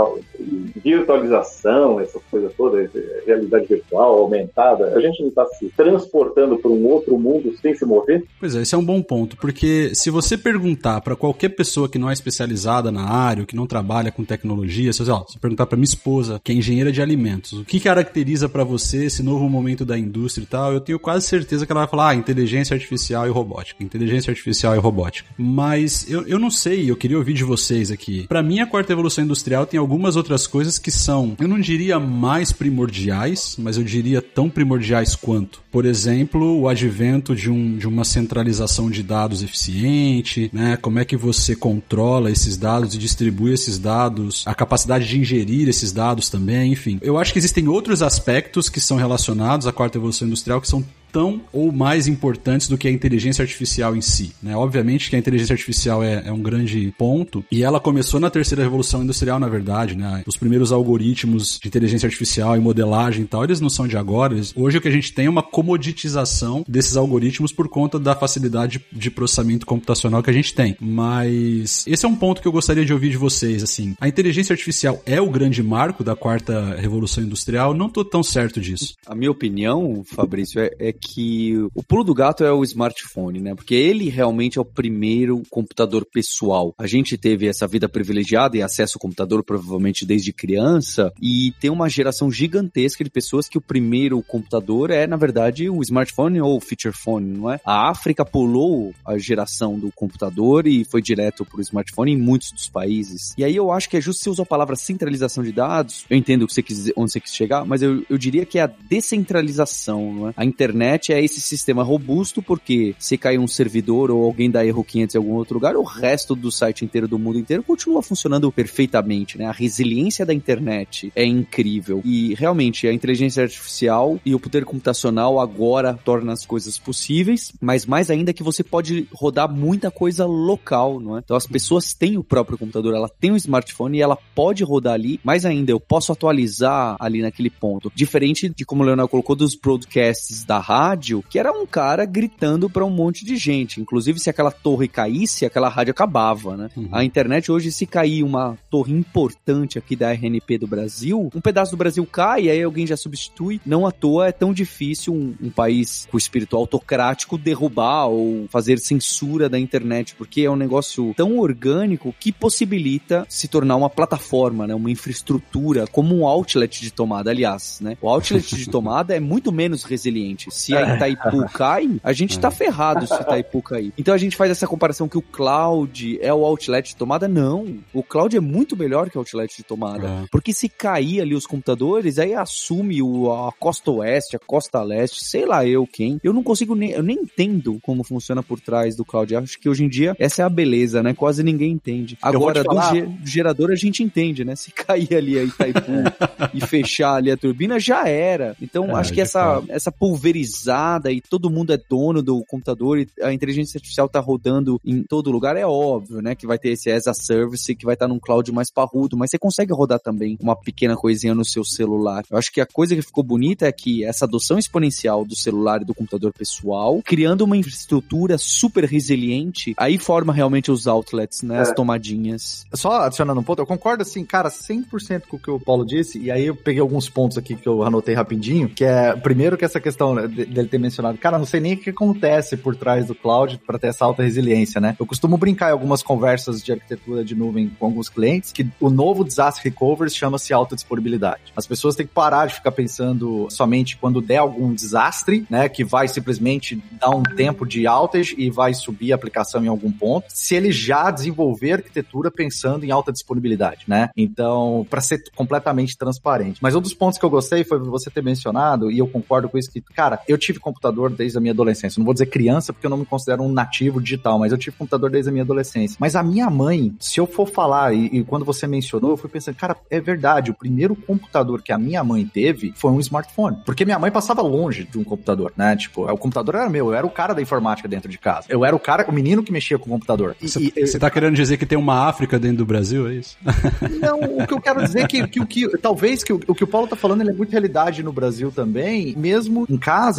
virtualização, essa coisa toda, realidade virtual, aumentada, a gente não está se transportando para um outro mundo sem se mover? Pois é, esse é um bom ponto, porque se você perguntar para qualquer pessoa que não é especializada na área, ou que não trabalha com tecnologia, se você perguntar para minha esposa, que é engenheira de alimentos, o que caracteriza para você esse novo momento da indústria e tal, eu tenho quase certeza que ela vai falar, inteligência artificial e robótica. Inteligência artificial e robótica. Mas eu não sei, eu queria ouvir de vocês aqui. Para mim, a quarta revolução industrial tem algumas outras coisas que são, eu não diria mais primordiais, mas eu diria tão primordiais quanto. Por exemplo, o advento de uma centralização de dados eficiente, né? Como é que você controla esses dados e distribui esses dados, a capacidade de ingerir esses dados também, enfim. Eu acho que existem outros aspectos que são relacionados à quarta revolução industrial que são tão ou mais importantes do que a inteligência artificial em si, né? Obviamente que a inteligência artificial é um grande ponto, e ela começou na terceira revolução industrial, na verdade, né? Os primeiros algoritmos de inteligência artificial e modelagem e tal, eles não são de agora. Hoje o que a gente tem é uma comoditização desses algoritmos por conta da facilidade de processamento computacional que a gente tem. Mas esse é um ponto que eu gostaria de ouvir de vocês, assim. A inteligência artificial é o grande marco da quarta revolução industrial? Não tô tão certo disso. A minha opinião, Fabrício, é que o pulo do gato é o smartphone, né? Porque ele realmente é o primeiro computador pessoal. A gente teve essa vida privilegiada e acesso ao computador provavelmente desde criança, e tem uma geração gigantesca de pessoas que o primeiro computador é, na verdade, o smartphone ou o feature phone, não é? A África pulou a geração do computador e foi direto pro smartphone em muitos dos países. E aí eu acho que é justo você usar a palavra centralização de dados. Eu entendo onde você quis chegar, mas eu diria que é a descentralização, não é? A internet é esse sistema robusto, porque se cair um servidor ou alguém dá erro 500 em algum outro lugar, o resto do site inteiro, do mundo inteiro, continua funcionando perfeitamente, né? A resiliência da internet é incrível. E realmente a inteligência artificial e o poder computacional agora tornam as coisas possíveis, mas mais ainda que você pode rodar muita coisa local, não é? Então as pessoas têm o próprio computador, ela tem um smartphone e ela pode rodar ali. Mais ainda, eu posso atualizar ali naquele ponto. Diferente de como o Leonel colocou dos broadcasts da rádio, que era um cara gritando para um monte de gente. Inclusive, se aquela torre caísse, aquela rádio acabava, né? Uhum. A internet hoje, se cair uma torre importante aqui da RNP do Brasil, um pedaço do Brasil cai e aí alguém já substitui. Não à toa é tão difícil um país com espírito autocrático derrubar ou fazer censura da internet, porque é um negócio tão orgânico que possibilita se tornar uma plataforma, né? Uma infraestrutura, como um outlet de tomada, aliás, né? O outlet de tomada é muito menos resiliente. Se a Itaipu cai, a gente tá ferrado se a Itaipu cair. Então a gente faz essa comparação que o cloud é o outlet de tomada. Não. O cloud é muito melhor que o outlet de tomada. Porque se cair ali os computadores, aí assume a costa oeste, a costa leste, sei lá eu quem. Eu não consigo eu nem entendo como funciona por trás do cloud. Eu acho que hoje em dia essa é a beleza, né? Quase ninguém entende. Agora, do gerador a gente entende, né? Se cair ali a Itaipu e fechar ali a turbina, já era. Então acho que essa pulverizada e todo mundo é dono do computador e a inteligência artificial tá rodando em todo lugar, é óbvio, né? Que vai ter esse as a service, que vai estar num cloud mais parrudo, mas você consegue rodar também uma pequena coisinha no seu celular. Eu acho que a coisa que ficou bonita é que essa adoção exponencial do celular e do computador pessoal, criando uma infraestrutura super resiliente, aí forma realmente os outlets, né? As tomadinhas. Só adicionando um ponto, eu concordo assim, cara, 100% com o que o Paulo disse, e aí eu peguei alguns pontos aqui que eu anotei rapidinho, que é, primeiro que essa questão, né, dele ter mencionado, cara, não sei nem o que acontece por trás do cloud para ter essa alta resiliência, né? Eu costumo brincar em algumas conversas de arquitetura de nuvem com alguns clientes que o novo disaster recovery chama-se alta disponibilidade. As pessoas têm que parar de ficar pensando somente quando der algum desastre, né, que vai simplesmente dar um tempo de outage e vai subir a aplicação em algum ponto, se ele já desenvolver arquitetura pensando em alta disponibilidade, né? Então, para ser completamente transparente. Mas um dos pontos que eu gostei foi você ter mencionado, e eu concordo com isso, que, cara, eu tive computador desde a minha adolescência. Não vou dizer criança, porque eu não me considero um nativo digital, mas eu tive computador desde a minha adolescência. Mas a minha mãe, se eu for falar, e quando você mencionou, eu fui pensando, cara, é verdade, o primeiro computador que a minha mãe teve foi um smartphone. Porque minha mãe passava longe de um computador, né? Tipo, o computador era meu, eu era o cara da informática dentro de casa. Eu era o menino que mexia com o computador. Você tá querendo dizer que tem uma África dentro do Brasil, é isso? Não, o que eu quero dizer é que talvez o que o Paulo tá falando, ele é muito realidade no Brasil também, mesmo em casa,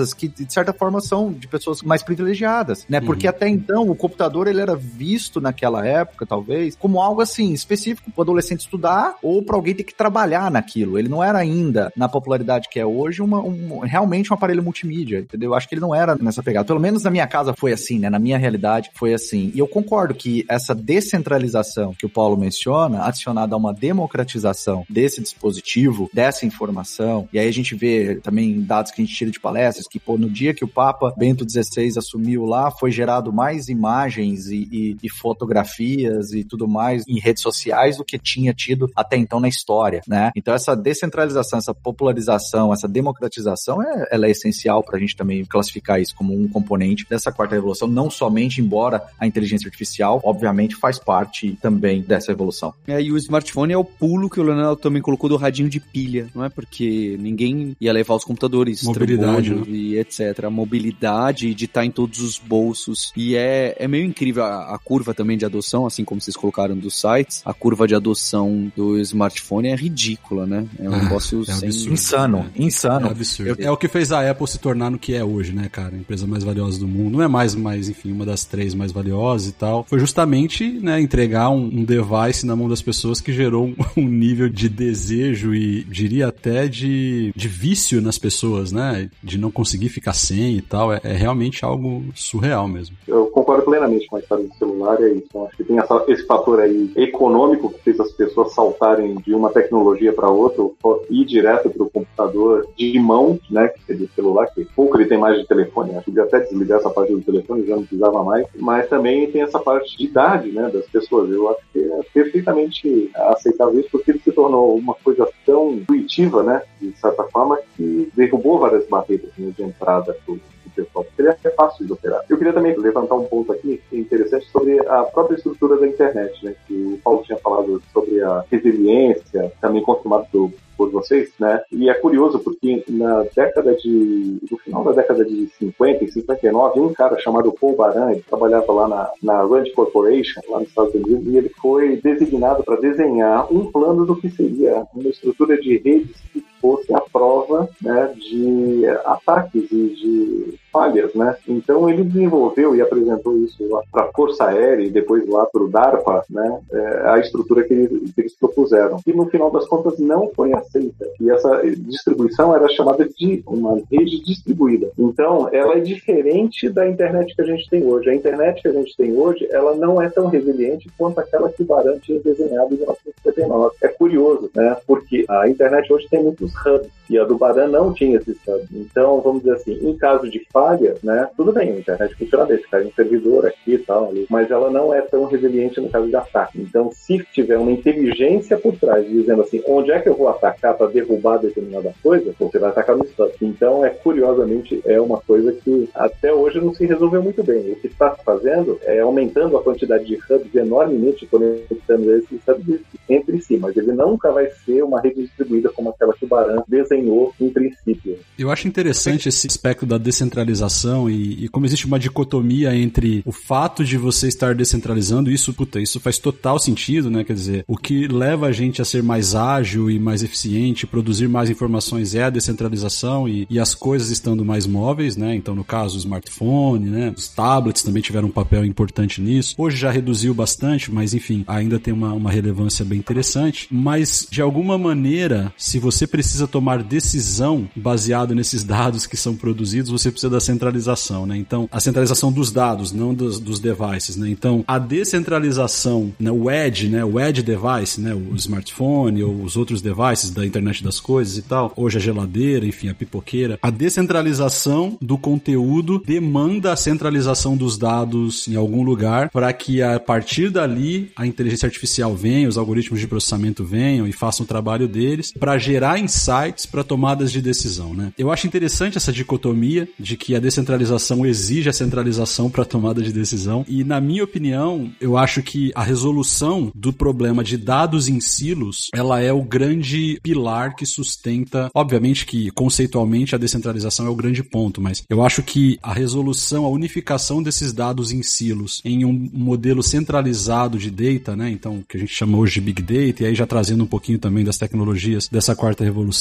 casas que, de certa forma, são de pessoas mais privilegiadas, né? Porque até então, o computador, ele era visto naquela época, talvez, como algo, assim, específico para o adolescente estudar ou para alguém ter que trabalhar naquilo. Ele não era ainda, na popularidade que é hoje, realmente um aparelho multimídia, entendeu? Eu acho que ele não era nessa pegada. Pelo menos na minha casa foi assim, né? Na minha realidade foi assim. E eu concordo que essa descentralização que o Paulo menciona, adicionada a uma democratização desse dispositivo, dessa informação, e aí a gente vê também dados que a gente tira de palestras, que, pô, no dia que o Papa Bento XVI assumiu lá, foi gerado mais imagens e fotografias e tudo mais em redes sociais do que tinha tido até então na história, né? Então essa descentralização, essa popularização, essa democratização, ela é essencial pra gente também classificar isso como um componente dessa quarta revolução, não somente, embora a inteligência artificial, obviamente, faz parte também dessa evolução. E o smartphone é o pulo que o Leonardo também colocou do radinho de pilha, não é? Porque ninguém ia levar os computadores, mobilidade, né? E etc. A mobilidade de estar em todos os bolsos. E é meio incrível a curva também de adoção, assim como vocês colocaram dos sites, a curva de adoção do smartphone é ridícula, né? É um negócio insano. É absurdo. É o que fez a Apple se tornar no que é hoje, né, cara? A empresa mais valiosa do mundo. Não é mais, enfim, uma das 3 mais valiosas e tal. Foi justamente, né, entregar um device na mão das pessoas que gerou um nível de desejo e, diria até, de vício nas pessoas, né? De não conseguir ficar sem e tal. É realmente algo surreal mesmo. Eu concordo plenamente com a história do celular, é isso. Então, acho que tem esse fator aí econômico que fez as pessoas saltarem de uma tecnologia para outra, ir direto para o computador de mão, né, que seria o celular, que pouco ele tem mais de telefone, acho que podia até desligar essa parte do telefone, já não precisava mais, mas também tem essa parte de idade, né, das pessoas. Eu acho que é perfeitamente aceitável isso, porque ele se tornou uma coisa tão intuitiva, né, de certa forma, que derrubou várias barreiras, né, de entrada pro pessoal, porque ele é fácil de operar. Eu queria também levantar um ponto aqui interessante sobre a própria estrutura da internet, né, que o Paulo tinha falado sobre a resiliência, também confirmado por vocês, né? E é curioso porque no final da década de 50 e 59, um cara chamado Paul Baran, ele trabalhava lá na Rand Corporation, lá nos Estados Unidos, e ele foi designado para desenhar um plano do que seria uma estrutura de redes que fosse a prova, né, de ataques e de falhas, né? Então ele desenvolveu e apresentou isso lá para a Força Aérea e depois lá para o DARPA, né? A estrutura que eles propuseram. E no final das contas não foi aceita. E essa distribuição era chamada de uma rede distribuída. Então ela é diferente da internet que a gente tem hoje. A internet que a gente tem hoje, ela não é tão resiliente quanto aquela que o Baran tinha desenhado em 1959. É curioso, né? Porque a internet hoje tem muitos hubs e a do Baran não tinha esses hubs. Então, vamos dizer assim, em caso de falha, né, tudo bem, a internet funciona bem, cai um servidor aqui e tal, ali, mas ela não é tão resiliente no caso de ataque. Então, se tiver uma inteligência por trás, dizendo assim, onde é que eu vou atacar para derrubar determinada coisa, você vai atacar no hub. Então, curiosamente, é uma coisa que até hoje não se resolveu muito bem. O que está se fazendo é aumentando a quantidade de hubs enormemente, conectando esses hubs entre si, mas ele nunca vai ser uma rede distribuída como aquela que o Baran desenhou em princípio. Eu acho interessante esse aspecto da descentralização e como existe uma dicotomia entre o fato de você estar descentralizando, isso faz total sentido, né? Quer dizer, o que leva a gente a ser mais ágil e mais eficiente, produzir mais informações é a descentralização e as coisas estando mais móveis, né? Então, no caso, o smartphone, né? Os tablets também tiveram um papel importante nisso. Hoje já reduziu bastante, mas enfim, ainda tem uma relevância bem interessante. Mas, de alguma maneira, se você precisa tomar decisão baseado nesses dados que são produzidos, você precisa da centralização, né? Então, a centralização dos dados, não dos devices, né? Então, a descentralização, né? O edge device, né? O smartphone ou os outros devices da internet das coisas e tal, hoje a geladeira, enfim, a pipoqueira. A descentralização do conteúdo demanda a centralização dos dados em algum lugar para que a partir dali a inteligência artificial venha, os algoritmos de processamento venham e façam o trabalho deles para gerar insights para tomadas de decisão, né? Eu acho interessante essa dicotomia de que a descentralização exige a centralização para tomada de decisão e, na minha opinião, eu acho que a resolução do problema de dados em silos, ela é o grande pilar que sustenta, obviamente que conceitualmente a descentralização é o grande ponto, mas eu acho que a resolução, a unificação desses dados em silos em um modelo centralizado de data, né? Então, que a gente chama hoje de Big Data, e aí já trazendo um pouquinho também das tecnologias dessa quarta revolução, eu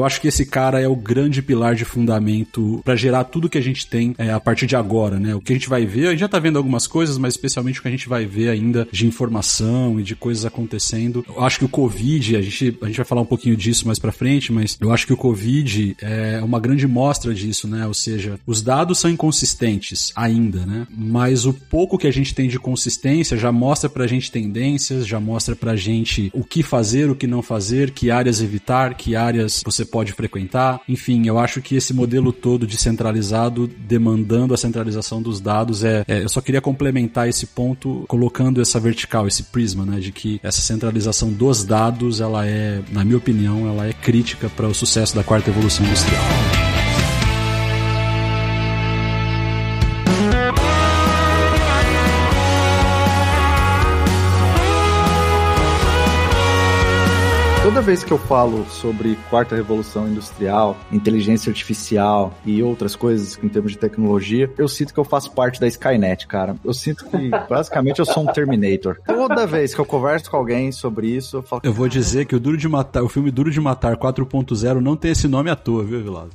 acho que esse cara é o grande pilar de fundamento para gerar tudo que a gente tem a partir de agora, né? O que a gente vai ver, a gente já tá vendo algumas coisas, mas especialmente o que a gente vai ver ainda de informação e de coisas acontecendo. Eu acho que o Covid, a gente vai falar um pouquinho disso mais pra frente, mas eu acho que o Covid é uma grande mostra disso, né? Ou seja, os dados são inconsistentes ainda, né? Mas o pouco que a gente tem de consistência já mostra pra gente tendências, já mostra pra gente o que fazer, o que não fazer, que áreas evitar, que áreas você pode frequentar. Enfim, eu acho que esse modelo todo descentralizado, demandando a centralização dos dados, eu só queria complementar esse ponto colocando essa vertical, esse prisma, né? De que essa centralização dos dados, ela é, na minha opinião, ela é crítica para o sucesso da quarta evolução industrial. Toda vez que eu falo sobre quarta revolução industrial, inteligência artificial e outras coisas em termos de tecnologia, eu sinto que eu faço parte da Skynet, cara. Eu sinto que, basicamente, eu sou um Terminator. Toda vez que eu converso com alguém sobre isso, eu falo... Eu vou dizer que o filme Duro de Matar 4.0 não tem esse nome à toa, viu, Vilazo?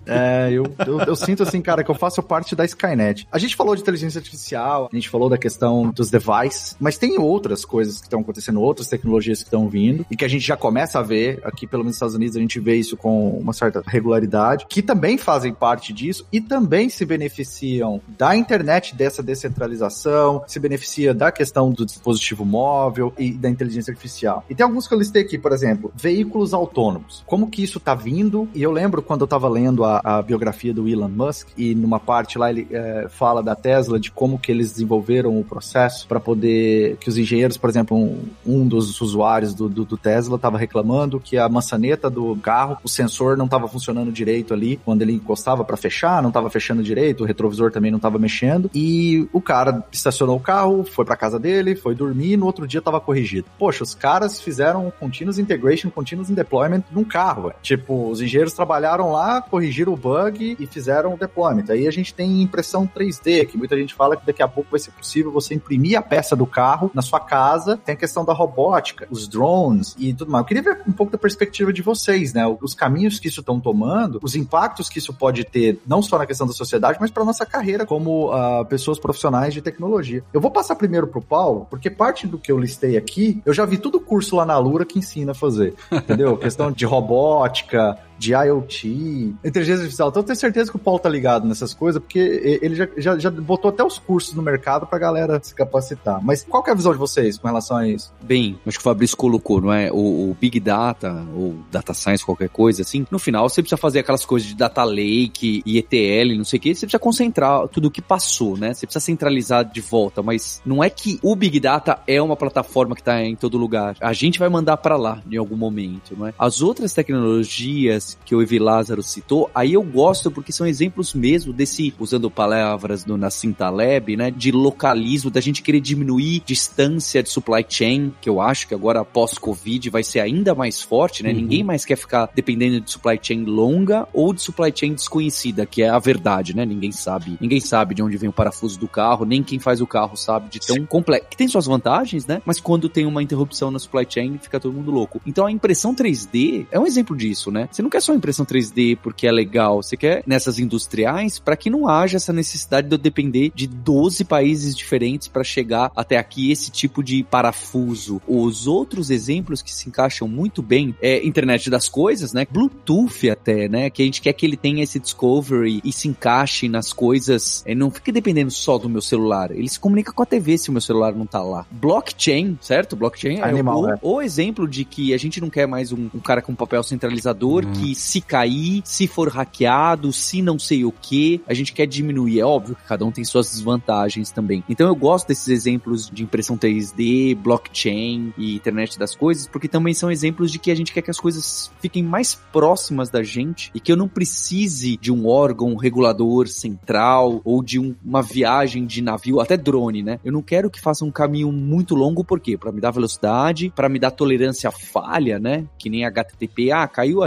Eu sinto assim, cara, que eu faço parte da Skynet. A gente falou de inteligência artificial, a gente falou da questão dos devices, mas tem outras coisas que estão acontecendo, outras tecnologias que estão vindo e que a gente já começa a ver. Aqui, pelo menos nos Estados Unidos, a gente vê isso com uma certa regularidade, que também fazem parte disso e também se beneficiam da internet, dessa descentralização, se beneficia da questão do dispositivo móvel e da inteligência artificial. E tem alguns que eu listei aqui, por exemplo, veículos autônomos. Como que isso tá vindo? E eu lembro quando eu tava lendo a biografia do Elon Musk, e numa parte lá ele fala da Tesla, de como que eles desenvolveram o processo para poder, que os engenheiros, por exemplo, um dos usuários do Tesla tava reclamando que a maçaneta do carro, o sensor não estava funcionando direito ali, quando ele encostava para fechar, não estava fechando direito, o retrovisor também não estava mexendo, e o cara estacionou o carro, foi para casa dele, foi dormir, e no outro dia estava corrigido. Poxa, os caras fizeram continuous integration, continuous deployment num carro, véio. Tipo, os engenheiros trabalharam lá, corrigiram o bug e fizeram o deployment. Aí a gente tem impressão 3D, que muita gente fala que daqui a pouco vai ser possível você imprimir a peça do carro na sua casa. Tem a questão da robótica, os drones e tudo mais. Eu queria ver um pouco da perspectiva de vocês, né? Os caminhos que isso estão tomando, os impactos que isso pode ter, não só na questão da sociedade, mas para nossa carreira como pessoas profissionais de tecnologia. Eu vou passar primeiro pro Paulo, porque parte do que eu listei aqui, eu já vi todo o curso lá na Alura que ensina a fazer, entendeu? Questão de robótica, de IoT, inteligência artificial. Então eu tenho certeza que o Paulo tá ligado nessas coisas, porque ele já botou até os cursos no mercado pra galera se capacitar. Mas qual que é a visão de vocês com relação a isso? Bem, acho que o Fabrício colocou, não é? O Big Data, ou Data Science, qualquer coisa assim, no final você precisa fazer aquelas coisas de Data Lake e ETL, não sei o que, você precisa concentrar tudo o que passou, né? Você precisa centralizar de volta, mas não é que o Big Data é uma plataforma que tá em todo lugar. A gente vai mandar pra lá em algum momento, não é? As outras tecnologias que o Evi Lázaro citou, aí eu gosto porque são exemplos mesmo desse, usando palavras do Nassim Taleb, né, de localismo, da gente querer diminuir distância de supply chain, que eu acho que agora pós-Covid vai ser ainda mais forte, né? Uhum. Ninguém mais quer ficar dependendo de supply chain longa ou de supply chain desconhecida, que é a verdade, né? Ninguém sabe de onde vem o parafuso do carro, nem quem faz o carro sabe de tão complexo, que tem suas vantagens, né? Mas quando tem uma interrupção na supply chain, fica todo mundo louco. Então a impressão 3D é um exemplo disso, né? Você não quer só impressão 3D porque é legal, você quer nessas industriais para que não haja essa necessidade de eu depender de 12 países diferentes para chegar até aqui esse tipo de parafuso. Os outros exemplos que se encaixam muito bem é internet das coisas, né? Bluetooth até, né? Que a gente quer que ele tenha esse discovery e se encaixe nas coisas, não fique dependendo só do meu celular. Ele se comunica com a TV se o meu celular não tá lá. Blockchain, certo? Blockchain é o exemplo de que a gente não quer mais um cara com papel centralizador que se cair, se for hackeado, se não sei o que, a gente quer diminuir. É óbvio que cada um tem suas desvantagens também. Então eu gosto desses exemplos de impressão 3D, blockchain e internet das coisas, porque também são exemplos de que a gente quer que as coisas fiquem mais próximas da gente e que eu não precise de um órgão regulador central ou de uma viagem de navio, até drone, né? Eu não quero que faça um caminho muito longo, por quê? Para me dar velocidade, para me dar tolerância à falha, né? Que nem HTTP, caiu ali o site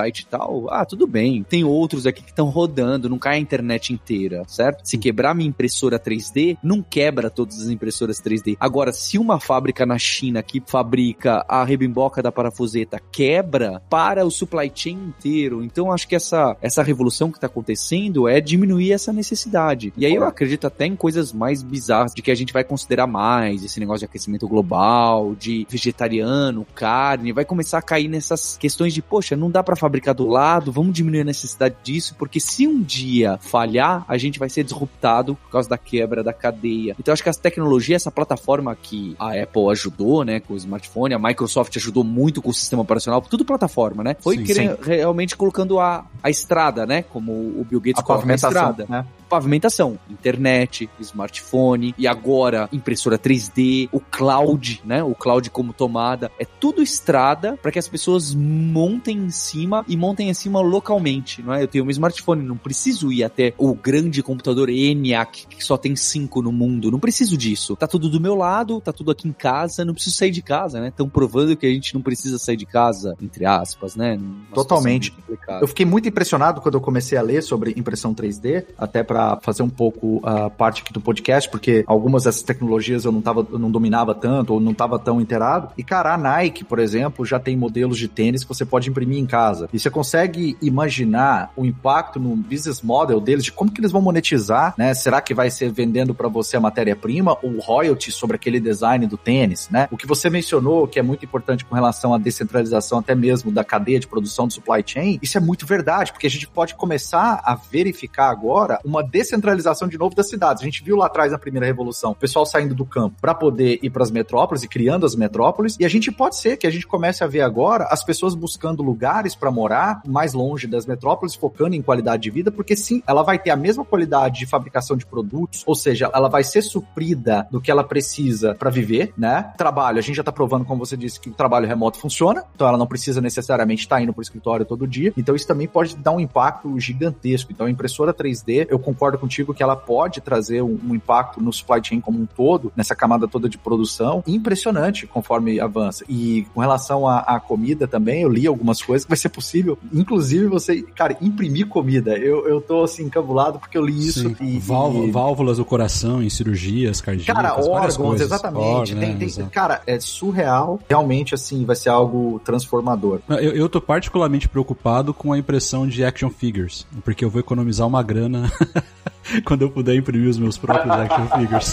site e tal, tudo bem. Tem outros aqui que estão rodando, não cai a internet inteira, certo? Se quebrar minha impressora 3D, não quebra todas as impressoras 3D. Agora, se uma fábrica na China que fabrica a rebimboca da parafuseta quebra, para o supply chain inteiro. Então, acho que essa revolução que está acontecendo é diminuir essa necessidade. E aí eu acredito até em coisas mais bizarras, de que a gente vai considerar mais esse negócio de aquecimento global, de vegetariano, carne, vai começar a cair nessas questões de, poxa, não dá para fabricar do lado, vamos diminuir a necessidade disso, porque se um dia falhar, a gente vai ser disruptado por causa da quebra da cadeia. Então, acho que essa tecnologia, essa plataforma que a Apple ajudou, né, com o smartphone, a Microsoft ajudou muito com o sistema operacional, tudo plataforma, né? Foi realmente colocando a estrada, né? Como o Bill Gates coloca a estrada. Né? Pavimentação, internet, smartphone e agora impressora 3D, o cloud, né? O cloud como tomada. É tudo estrada para que as pessoas montem em cima e montem em cima localmente, não é? Eu tenho um smartphone, não preciso ir até o grande computador ENIAC, que só tem 5 no mundo. Não preciso disso. Tá tudo do meu lado, tá tudo aqui em casa, não preciso sair de casa, né? Estão provando que a gente não precisa sair de casa, entre aspas, né? Totalmente. Eu fiquei muito impressionado quando eu comecei a ler sobre impressão 3D, até para fazer um pouco a parte aqui do podcast, porque algumas dessas tecnologias eu não dominava tanto, ou não estava tão inteirado. E, cara, a Nike, por exemplo, já tem modelos de tênis que você pode imprimir em casa. E você consegue imaginar o impacto no business model deles, de como que eles vão monetizar, né? Será que vai ser vendendo para você a matéria-prima ou royalties sobre aquele design do tênis, né? O que você mencionou, que é muito importante com relação à descentralização até mesmo da cadeia de produção do supply chain, isso é muito verdade, porque a gente pode começar a verificar agora uma descentralização de novo das cidades. A gente viu lá atrás na primeira revolução, o pessoal saindo do campo para poder ir para as metrópoles e criando as metrópoles, e a gente pode ser que a gente comece a ver agora as pessoas buscando lugares para morar mais longe das metrópoles, focando em qualidade de vida, porque sim, ela vai ter a mesma qualidade de fabricação de produtos, ou seja, ela vai ser suprida do que ela precisa para viver, né? Trabalho, a gente já tá provando, como você disse, que o trabalho remoto funciona, então ela não precisa necessariamente estar indo pro escritório todo dia, então isso também pode dar um impacto gigantesco. Então a impressora 3D, eu concordo contigo que ela pode trazer um impacto no supply chain como um todo, nessa camada toda de produção, impressionante conforme avança. E com relação à comida também, eu li algumas coisas que vai ser possível, inclusive você, cara, imprimir comida. Eu tô assim, encabulado porque eu li isso. Válvulas do coração em cirurgias cardíacas, cara, órgãos, exatamente. Cara, é surreal. Realmente, assim, vai ser algo transformador. Eu tô particularmente preocupado com a impressão de action figures, porque eu vou economizar uma grana quando eu puder imprimir os meus próprios action figures.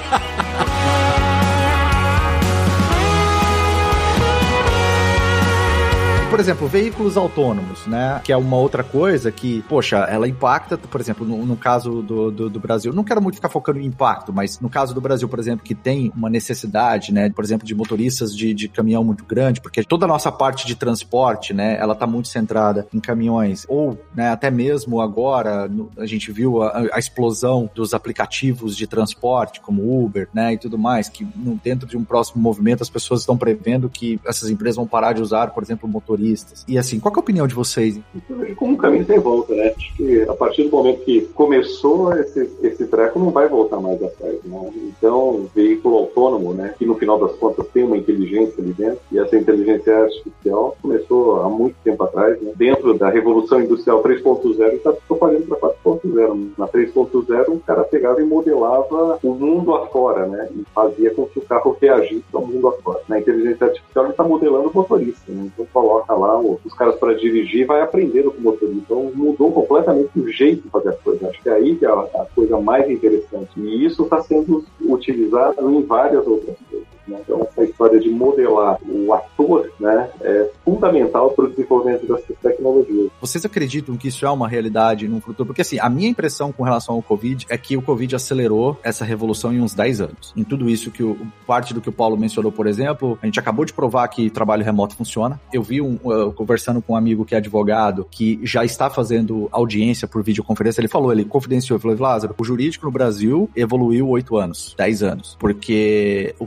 Por exemplo, veículos autônomos, né? Que é uma outra coisa que, poxa, ela impacta, por exemplo, no caso do Brasil, não quero muito ficar focando em impacto, mas no caso do Brasil, por exemplo, que tem uma necessidade, né? Por exemplo, de motoristas de caminhão muito grande, porque toda a nossa parte de transporte, né? Ela tá muito centrada em caminhões, ou, né? Até mesmo agora, a gente viu a explosão dos aplicativos de transporte, como Uber, né? E tudo mais, que dentro de um próximo movimento as pessoas estão prevendo que essas empresas vão parar de usar, por exemplo, motoristas. E assim, qual que é a opinião de vocês? Como um caminho sem volta, né? Acho que a partir do momento que começou esse treco, não vai voltar mais atrás, né? Então, veículo autônomo, né? Que no final das contas tem uma inteligência ali dentro, e essa inteligência artificial começou há muito tempo atrás, né? Dentro da Revolução Industrial 3.0, está propagando para 4.0. Na 3.0, o cara pegava e modelava o mundo afora, né? E fazia com que o carro reagisse ao mundo afora. Na inteligência artificial, ele está modelando o motorista, né? Então, coloca lá os caras para dirigir e vai aprendendo com o motorista. Então mudou completamente o jeito de fazer as coisas. Acho que é aí que é a coisa mais interessante. E isso está sendo utilizado em várias outras coisas. Então, essa história de modelar o ator, né, é fundamental para o desenvolvimento dessas tecnologias. Vocês acreditam que isso é uma realidade no futuro? Porque, assim, a minha impressão com relação ao Covid é que o Covid acelerou essa revolução em uns 10 anos. Em tudo isso, parte do que o Paulo mencionou, por exemplo, a gente acabou de provar que trabalho remoto funciona. Eu vi conversando com um amigo que é advogado, que já está fazendo audiência por videoconferência, ele confidenciou, Lázaro, o jurídico no Brasil evoluiu 8 anos, 10 anos, porque o que a gente está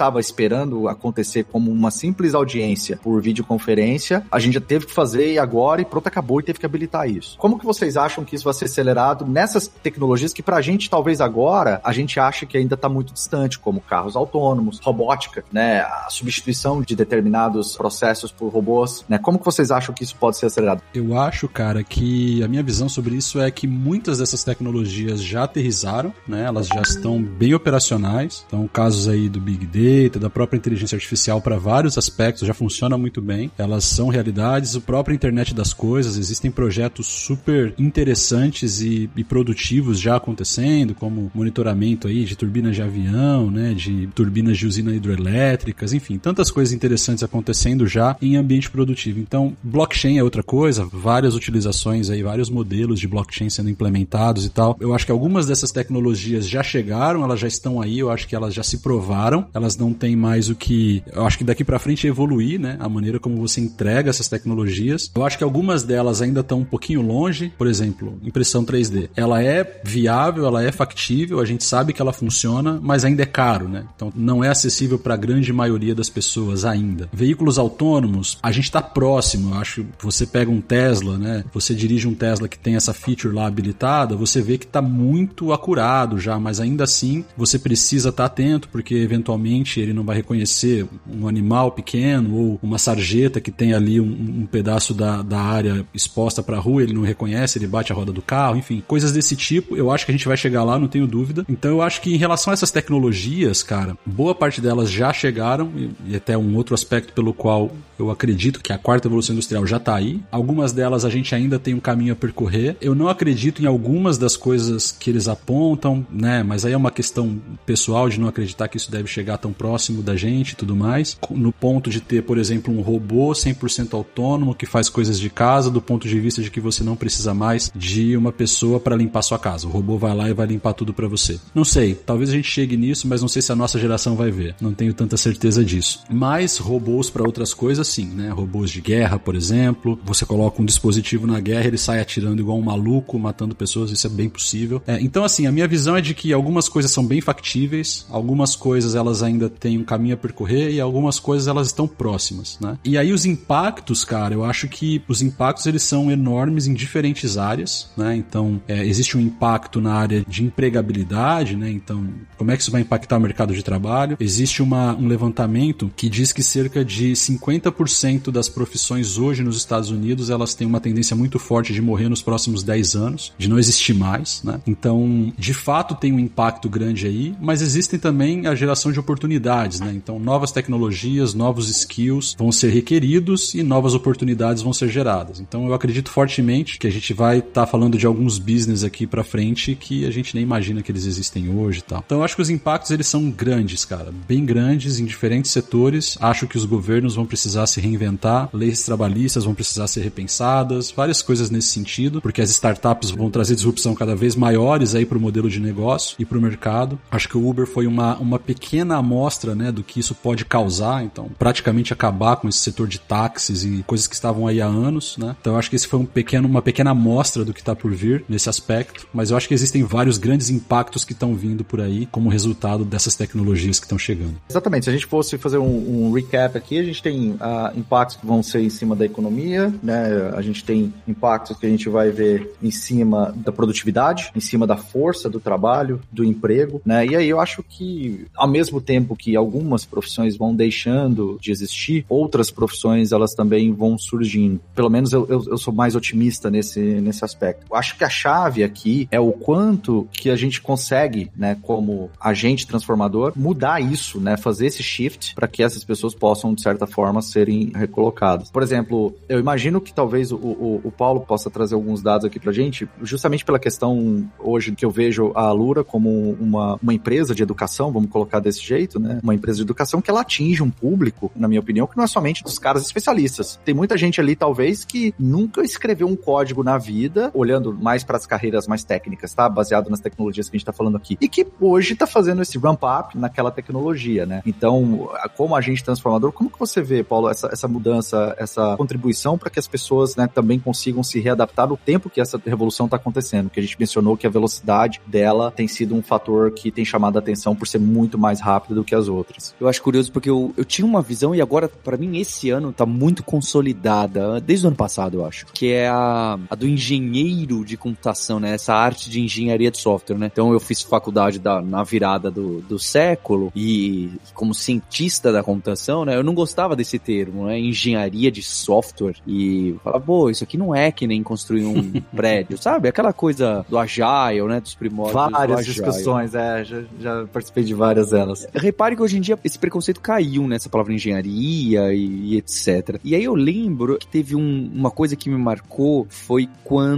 estava esperando acontecer como uma simples audiência por videoconferência, a gente já teve que fazer e agora, e pronto, acabou, e teve que habilitar isso. Como que vocês acham que isso vai ser acelerado nessas tecnologias que pra gente, talvez agora, a gente acha que ainda tá muito distante, como carros autônomos, robótica, né, a substituição de determinados processos por robôs, né? Como que vocês acham que isso pode ser acelerado? Eu acho, cara, que a minha visão sobre isso é que muitas dessas tecnologias já aterrizaram, né? Elas já estão bem operacionais. Então, casos aí do Big Data, da própria inteligência artificial para vários aspectos já funciona muito bem. Elas são realidades. O próprio internet das coisas, existem projetos super interessantes e produtivos já acontecendo, como monitoramento aí de turbinas de avião, né? De turbinas de usina hidroelétricas, enfim, tantas coisas interessantes acontecendo já em ambiente produtivo. Então, blockchain é outra coisa, várias utilizações aí, vários modelos de blockchain sendo implementados e tal. Eu acho que algumas dessas tecnologias já chegaram, elas já estão aí, eu acho que elas já se provaram, elas não têm mais o que... Eu acho que daqui pra frente é evoluir, né? A maneira como você entrega essas tecnologias. Eu acho que algumas delas ainda estão um pouquinho longe, por exemplo, impressão 3D. Ela é viável, ela é factível, a gente sabe que ela funciona, mas ainda é caro, né? Então não é acessível para a grande maioria das pessoas ainda. Veículos autônomos, a gente está próximo, eu acho. Você pega um Tesla, né? Você dirige um Tesla que tem essa feature lá habilitada, você vê que está muito acurado já, mas ainda assim você precisa estar atento, porque eventualmente ele não vai reconhecer um animal pequeno ou uma sarjeta que tem ali um pedaço da área exposta para a rua, ele não reconhece, ele bate a roda do carro, enfim, coisas desse tipo. Eu acho que a gente vai chegar lá, não tenho dúvida. Então eu acho que em relação a essas tecnologias, cara, boa parte delas já chegaram, e até um outro aspecto pelo qual eu acredito que a quarta evolução industrial já está aí. Algumas delas a gente ainda tem um caminho a percorrer. Eu não acredito em algumas das coisas que eles apontam, né? Mas aí é uma questão pessoal de não acreditar que isso deve chegar tão próximo da gente e tudo mais. No ponto de ter, por exemplo, um robô 100% autônomo que faz coisas de casa, do ponto de vista de que você não precisa mais de uma pessoa para limpar sua casa. O robô vai lá e vai limpar tudo para você. Não sei, talvez a gente chegue nisso, mas não sei se a nossa geração vai ver. Não tenho tanta certeza disso. Mas robôs para outras coisas, sim, né? Robôs de guerra, por exemplo. Você coloca um dispositivo na guerra, ele sai atirando igual um maluco, matando pessoas, isso é bem possível. Então, assim, a minha visão é de que algumas coisas são bem factíveis, algumas coisas elas ainda têm um caminho a percorrer e algumas coisas elas estão próximas, né? E aí os impactos, cara, eu acho que os impactos eles são enormes em diferentes áreas, né? Então, existe um impacto na área de empregabilidade, né? Então, como é que isso vai impactar o mercado de trabalho? Existe um levantamento que diz que cerca de 50% das profissões hoje nos Estados Unidos, elas têm uma tendência muito forte de morrer nos próximos 10 anos, de não existir mais, né? Então, de fato, tem um impacto grande aí, mas existem também a geração de oportunidades, né? Então, novas tecnologias, novos skills vão ser requeridos e novas oportunidades vão ser geradas. Então, eu acredito fortemente que a gente vai estar falando de alguns business aqui pra frente que a gente nem imagina que eles existem hoje e tal. Então, eu acho que os impactos, eles são grandes, cara, bem grandes em diferentes setores. Acho que os governos vão precisar se reinventar, leis trabalhistas vão precisar ser repensadas, várias coisas nesse sentido, porque as startups vão trazer disrupção cada vez maiores aí pro modelo de negócio e pro mercado. Acho que o Uber foi uma pequena amostra, né, do que isso pode causar, então praticamente acabar com esse setor de táxis e coisas que estavam aí há anos, né? Então eu acho que esse foi uma pequena amostra do que está por vir nesse aspecto, mas eu acho que existem vários grandes impactos que estão vindo por aí como resultado dessas tecnologias que estão chegando. Exatamente, se a gente fosse fazer um recap aqui, a gente tem impactos que vão ser em cima da economia, né? A gente tem impactos que a gente vai ver em cima da produtividade, em cima da força do trabalho, do emprego, né? E aí eu acho que, ao mesmo tempo que algumas profissões vão deixando de existir, outras profissões elas também vão surgindo. Pelo menos eu sou mais otimista nesse aspecto. Eu acho que a chave aqui é o quanto que a gente consegue, né, como agente transformador, mudar isso, né, fazer esse shift para que essas pessoas possam, de certa forma, serem recolocadas. Por exemplo, eu imagino que talvez o Paulo possa trazer alguns dados aqui pra gente, justamente pela questão hoje que eu vejo a Alura como uma empresa de educação, vamos colocar desse jeito, né? Uma empresa de educação que ela atinge um público, na minha opinião, que não é somente dos caras especialistas. Tem muita gente ali, talvez, que nunca escreveu um código na vida, olhando mais para as carreiras mais técnicas, tá? Baseado nas tecnologias que a gente tá falando aqui. E que hoje tá fazendo esse ramp-up naquela tecnologia, né? Então, como agente transformador, como que você vê, Paulo, essa mudança, essa contribuição para que as pessoas, né, também consigam se readaptar no tempo que essa revolução tá acontecendo? Que a gente mencionou que a velocidade dela tem sido um fator que tem chamado a atenção por ser muito mais rápido do que que as outras. Eu acho curioso porque eu tinha uma visão e agora, pra mim, esse ano tá muito consolidada, desde o ano passado, eu acho, que é a do engenheiro de computação, né? Essa arte de engenharia de software, né? Então eu fiz faculdade na virada do século e como cientista da computação, né? Eu não gostava desse termo, né? Engenharia de software. E eu falava, pô, isso aqui não é que nem construir um prédio, sabe? Aquela coisa do Agile, né? Dos primórdios várias discussões, já participei de várias delas. Repare que hoje em dia esse preconceito caiu nessa palavra engenharia e etc. E aí eu lembro que teve uma coisa que me marcou, foi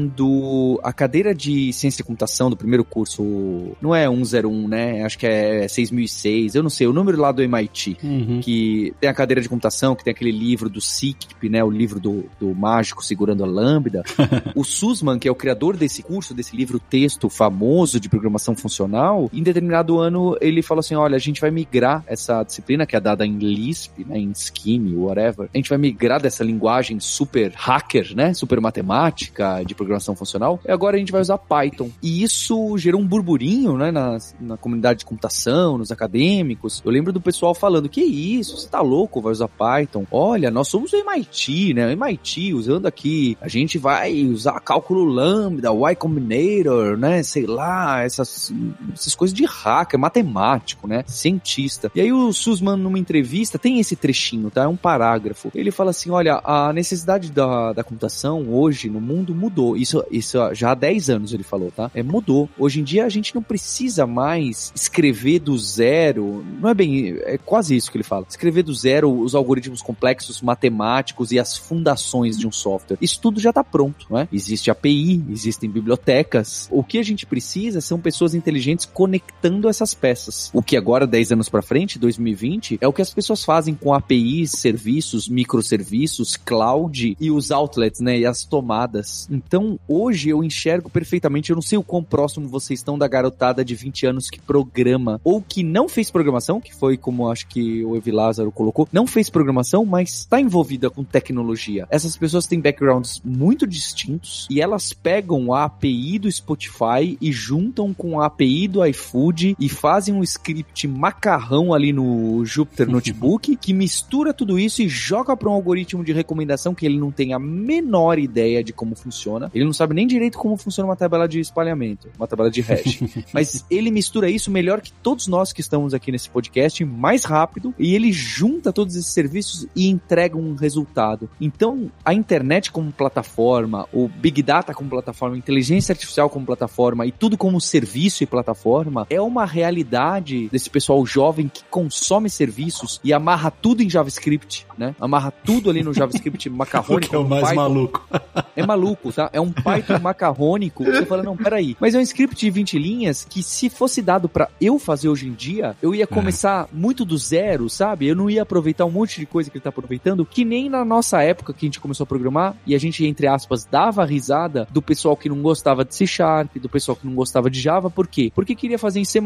quando a cadeira de ciência de computação do primeiro curso, não é 101, né? Acho que é 6006, eu não sei, o número lá do MIT, que tem a cadeira de computação, que tem aquele livro do SICP, né? O livro do mágico segurando a lambda. O Sussman, que é o criador desse curso, desse livro-texto famoso de programação funcional, em determinado ano ele falou assim, olha, a gente vai migrar essa disciplina que é dada em Lisp, né, em Scheme, whatever, a gente vai migrar dessa linguagem super hacker, né, super matemática de programação funcional, e agora a gente vai usar Python. E isso gerou um burburinho, né, na comunidade de computação, nos acadêmicos. Eu lembro do pessoal falando, que isso, você tá louco, vai usar Python? Olha, nós somos o MIT, né, o MIT usando aqui, a gente vai usar cálculo lambda, Y Combinator, né, sei lá, essas coisas de hacker, matemático, né, cientista. E aí o Sussman, numa entrevista, tem esse trechinho, tá, é um parágrafo. Ele fala assim, olha, a necessidade da computação hoje no mundo mudou. Isso já há 10 anos ele falou, tá? Mudou. Hoje em dia a gente não precisa mais escrever do zero, não é bem, é quase isso que ele fala. Escrever do zero os algoritmos complexos matemáticos e as fundações de um software. Isso tudo já tá pronto, né? Existe API, existem bibliotecas. O que a gente precisa são pessoas inteligentes conectando essas peças. O que agora, 10 anos pra frente, 2020, é o que as pessoas fazem com APIs, serviços, microserviços, cloud e os outlets, né? E as tomadas. Então, hoje eu enxergo perfeitamente, eu não sei o quão próximo vocês estão da garotada de 20 anos que programa, ou que não fez programação, que foi como acho que o Evi Lázaro colocou, não fez programação, mas está envolvida com tecnologia. Essas pessoas têm backgrounds muito distintos e elas pegam a API do Spotify e juntam com a API do iFood e fazem um script macarrão ali no Jupyter Notebook que mistura tudo isso e joga para um algoritmo de recomendação que ele não tem a menor ideia de como funciona. Ele não sabe nem direito como funciona uma tabela de espalhamento, uma tabela de hash. Mas ele mistura isso melhor que todos nós que estamos aqui nesse podcast, mais rápido, e ele junta todos esses serviços e entrega um resultado. Então, a internet como plataforma, o Big Data como plataforma, a inteligência artificial como plataforma e tudo como serviço e plataforma é uma realidade desse pessoal jovem que consome serviços e amarra tudo em JavaScript, né? Amarra tudo ali no JavaScript macarrônico. O que é o mais Python. maluco. É maluco, tá? É um Python macarrônico. Você fala, não, peraí. Mas é um script de 20 linhas que se fosse dado pra eu fazer hoje em dia, eu ia começar muito do zero, sabe? Eu não ia aproveitar um monte de coisa que ele tá aproveitando, que nem na nossa época que a gente começou a programar e a gente, entre aspas, dava risada do pessoal que não gostava de C#, do pessoal que não gostava de Java. Por quê? Porque queria fazer em C++,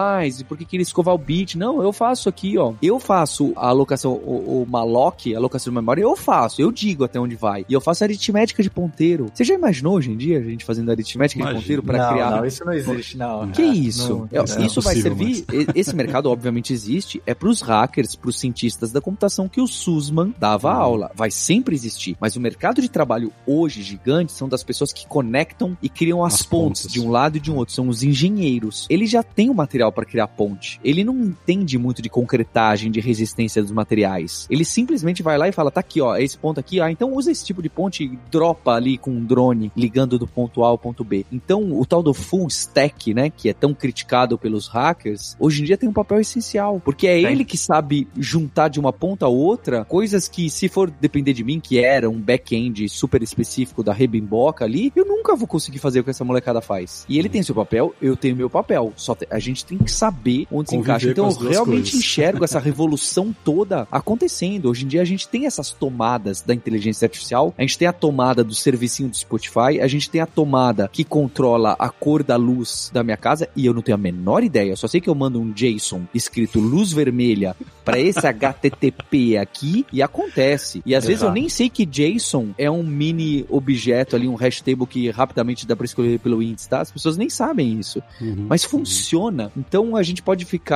e porque queria escovar o bit. Não, eu faço aqui, ó. Eu faço a alocação, o malloc, a alocação de memória, eu digo até onde vai. E eu faço aritmética de ponteiro. Você já imaginou hoje em dia a gente fazendo aritmética de ponteiro pra criar? Não, isso não existe, não. Que isso? Isso vai servir, esse mercado obviamente existe, é pros hackers, pros cientistas da computação que o Sussman dava aula. Vai sempre existir. Mas o mercado de trabalho hoje gigante são das pessoas que conectam e criam as pontes de um lado e de um outro. São os engenheiros. Ele já tem o material para criar ponte. Ele não entende muito de concretagem, de resistência dos materiais. Ele simplesmente vai lá e fala, tá aqui, ó, esse ponto aqui, então usa esse tipo de ponte e dropa ali com um drone ligando do ponto A ao ponto B. Então, o tal do full stack, né, que é tão criticado pelos hackers, hoje em dia tem um papel essencial, porque é ele que sabe juntar de uma ponta a outra coisas que, se for depender de mim, que era um back-end super específico da rebimboca ali, eu nunca vou conseguir fazer o que essa molecada faz. E ele tem seu papel, eu tenho meu papel. A gente tem que saber onde se encaixa. Então, eu realmente enxergo essa revolução toda acontecendo. Hoje em dia, a gente tem essas tomadas da inteligência artificial, a gente tem a tomada do servicinho do Spotify, a gente tem a tomada que controla a cor da luz da minha casa, e eu não tenho a menor ideia, eu só sei que eu mando um JSON escrito luz vermelha para esse HTTP aqui, e acontece. E às vezes eu nem sei que JSON é um mini objeto ali, um hash table que rapidamente dá para escolher pelo índice, tá? As pessoas nem sabem isso. Mas funciona. Então a gente pode ficar meio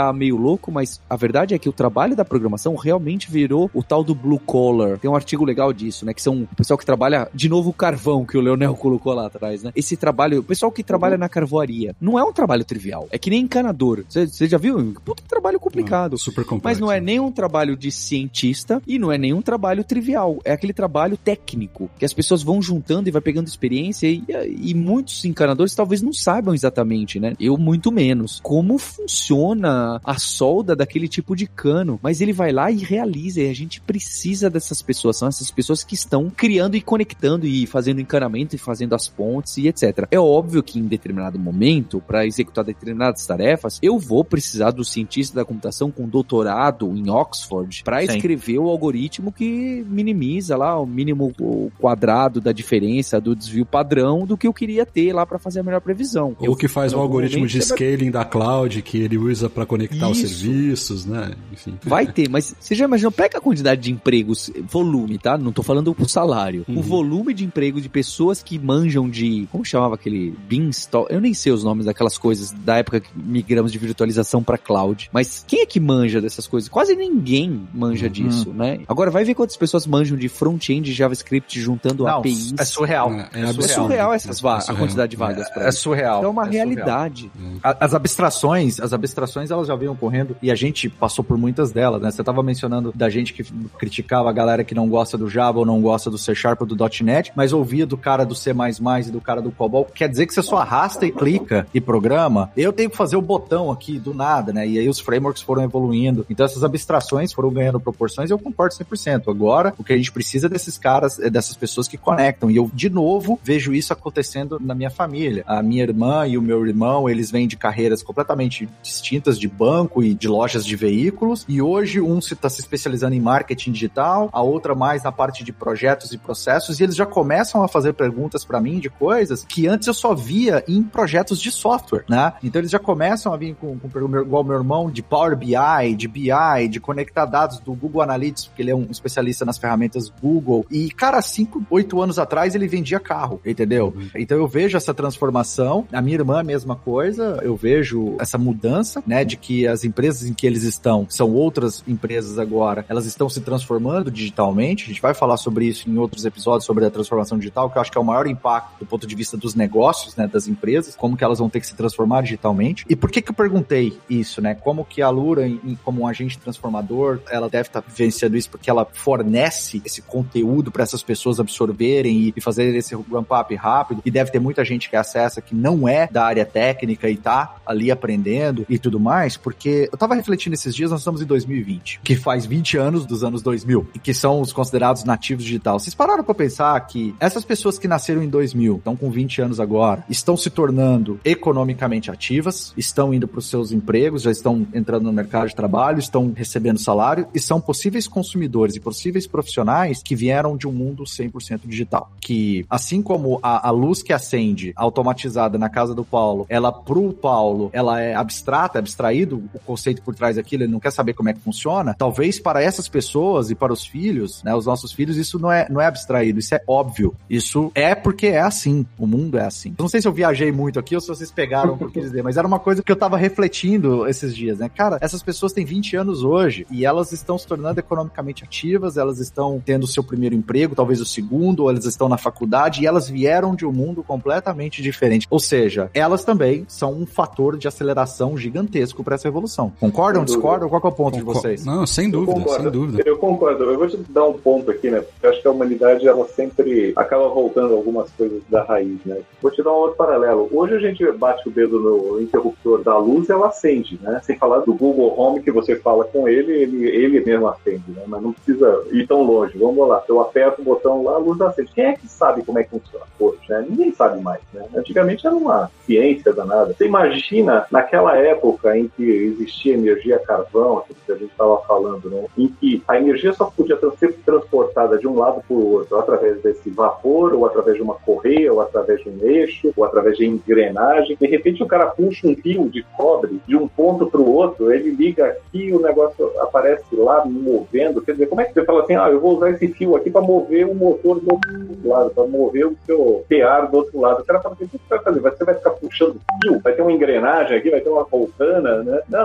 louco, mas a verdade é que o trabalho da programação realmente virou o tal do blue collar. Tem um artigo legal disso, né? Que são o pessoal que trabalha, de novo, o carvão que o Leonel colocou lá atrás, né? Esse trabalho, o pessoal que trabalha na carvoaria, não é um trabalho trivial. É que nem encanador. Você já viu? Puta trabalho complicado. Super complexo. Mas não é nem um trabalho de cientista e não é nem um trabalho trivial. É aquele trabalho técnico, que as pessoas vão juntando e vai pegando experiência e muitos encanadores talvez não saibam exatamente, né? Eu muito menos. Como funciona a solda daquele tipo de cano. Mas ele vai lá e realiza, e a gente precisa dessas pessoas. São essas pessoas que estão criando e conectando e fazendo encanamento e fazendo as pontes e etc. É óbvio que em determinado momento, para executar determinadas tarefas, eu vou precisar do cientista da computação com doutorado em Oxford para escrever o algoritmo que minimiza lá o mínimo quadrado da diferença do desvio padrão do que eu queria ter lá para fazer a melhor previsão. Ou que faz o algoritmo de scaling da cloud que ele usa para conectar os serviços, né? Enfim. Vai ter, mas você já imaginou, pega a quantidade de empregos, volume, tá? Não tô falando o salário. O volume de emprego de pessoas que manjam de, como chamava aquele Beanstalk? Eu nem sei os nomes daquelas coisas da época que migramos de virtualização para cloud. Mas quem é que manja dessas coisas? Quase ninguém manja disso, né? Agora vai ver quantas pessoas manjam de front-end JavaScript juntando APIs. É surreal. É surreal a quantidade de vagas. É surreal. É uma realidade. As abstrações, elas já vinham correndo e a gente passou por muitas delas, né? Você tava mencionando da gente que criticava a galera que não gosta do Java ou não gosta do C# ou do .NET, mas ouvia do cara do C++ e do cara do COBOL. Quer dizer que você só arrasta e clica e programa. Eu tenho que fazer o botão aqui do nada, né? E aí os frameworks foram evoluindo. Então essas abstrações foram ganhando proporções e eu concordo 100%. Agora, o que a gente precisa é desses caras, dessas pessoas que conectam. E eu, de novo, vejo isso acontecendo na minha família. A minha irmã e o meu irmão, eles vêm de carreiras completamente distintas de banco e de lojas de veículos. E hoje um está se especializando em marketing digital, a outra mais na parte de projetos e processos. E eles já começam a fazer perguntas para mim de coisas que antes eu só via em projetos de software, né? Então eles já começam a vir com igual meu irmão, de Power BI, de conectar dados do Google Analytics, porque ele é um especialista nas ferramentas Google. E, cara, 5, 8 anos atrás ele vendia carro, entendeu? Então eu vejo essa transformação. A minha irmã, a mesma coisa. Eu vejo essa mudança, né? De que as empresas em que eles estão são outras empresas agora. Elas estão se transformando digitalmente. A gente vai falar sobre isso em outros episódios, sobre a transformação digital, que eu acho que é o maior impacto do ponto de vista dos negócios, né? Das empresas, como que elas vão ter que se transformar digitalmente. E por que eu perguntei isso, né? Como que a Lura, como um agente transformador, ela deve estar vivenciando isso porque ela fornece esse conteúdo para essas pessoas absorverem e fazer esse ramp-up rápido, e deve ter muita gente que acessa que não é da área técnica e tá ali aprendendo e tudo mais, porque eu tava refletindo esses dias, nós estamos em 2020, que faz 20 anos dos anos 2000, e que são os considerados nativos digital. Vocês pararam pra pensar que essas pessoas que nasceram em 2000, estão com 20 anos agora, estão se tornando economicamente ativas, estão indo pros seus empregos, já estão entrando no mercado de trabalho, estão recebendo salário e são possíveis consumidores e possíveis profissionais que vieram de um mundo 100% digital. Que, assim como a luz que acende automatizada na casa do Paulo, ela pro Paulo, ela é abstrata, é abstraído o conceito por trás daquilo, ele não quer saber como é que funciona, talvez para essas pessoas e para os filhos, né, os nossos filhos, isso não é abstraído, isso é óbvio. Isso é porque é assim, o mundo é assim. Eu não sei se eu viajei muito aqui ou se vocês pegaram o que eu quis dizer, mas era uma coisa que eu tava refletindo esses dias, né? Cara, essas pessoas têm 20 anos hoje e elas estão se tornando economicamente ativas, elas estão tendo o seu primeiro emprego, talvez o segundo, ou elas estão na faculdade e elas vieram de um mundo completamente diferente. Ou seja, elas também são um fator de aceleração gigantesco para essa evolução. Concordam? Discordam? Qual que é o ponto de vocês? Não, sem dúvida, sem dúvida. Eu concordo. Eu vou te dar um ponto aqui, né? Porque eu acho que a humanidade, ela sempre acaba voltando algumas coisas da raiz, né? Vou te dar um outro paralelo. Hoje a gente bate o dedo no interruptor da luz e ela acende, né? Sem falar do Google Home, que você fala com ele mesmo acende, né? Mas não precisa ir tão longe. Vamos lá. Eu aperto o botão lá, a luz acende. Quem é que sabe como é que funciona hoje, né? Ninguém sabe mais, né? Antigamente era uma ciência danada. Você imagina naquela época em que existia energia a carvão, aquilo que a gente estava falando, né? Em que a energia só podia ser transportada de um lado para o outro, através desse vapor, ou através de uma correia, ou através de um eixo, ou através de engrenagem. De repente o cara puxa um fio de cobre de um ponto para o outro, ele liga aqui e o negócio aparece lá movendo. Quer dizer, como é que você fala assim, eu vou usar esse fio aqui para mover o motor do outro lado, para mover o seu PA do outro lado? O cara fala assim, o que você vai fazer? Você vai ficar puxando fio? Vai ter uma engrenagem aqui, vai ter uma colcana, né? Não,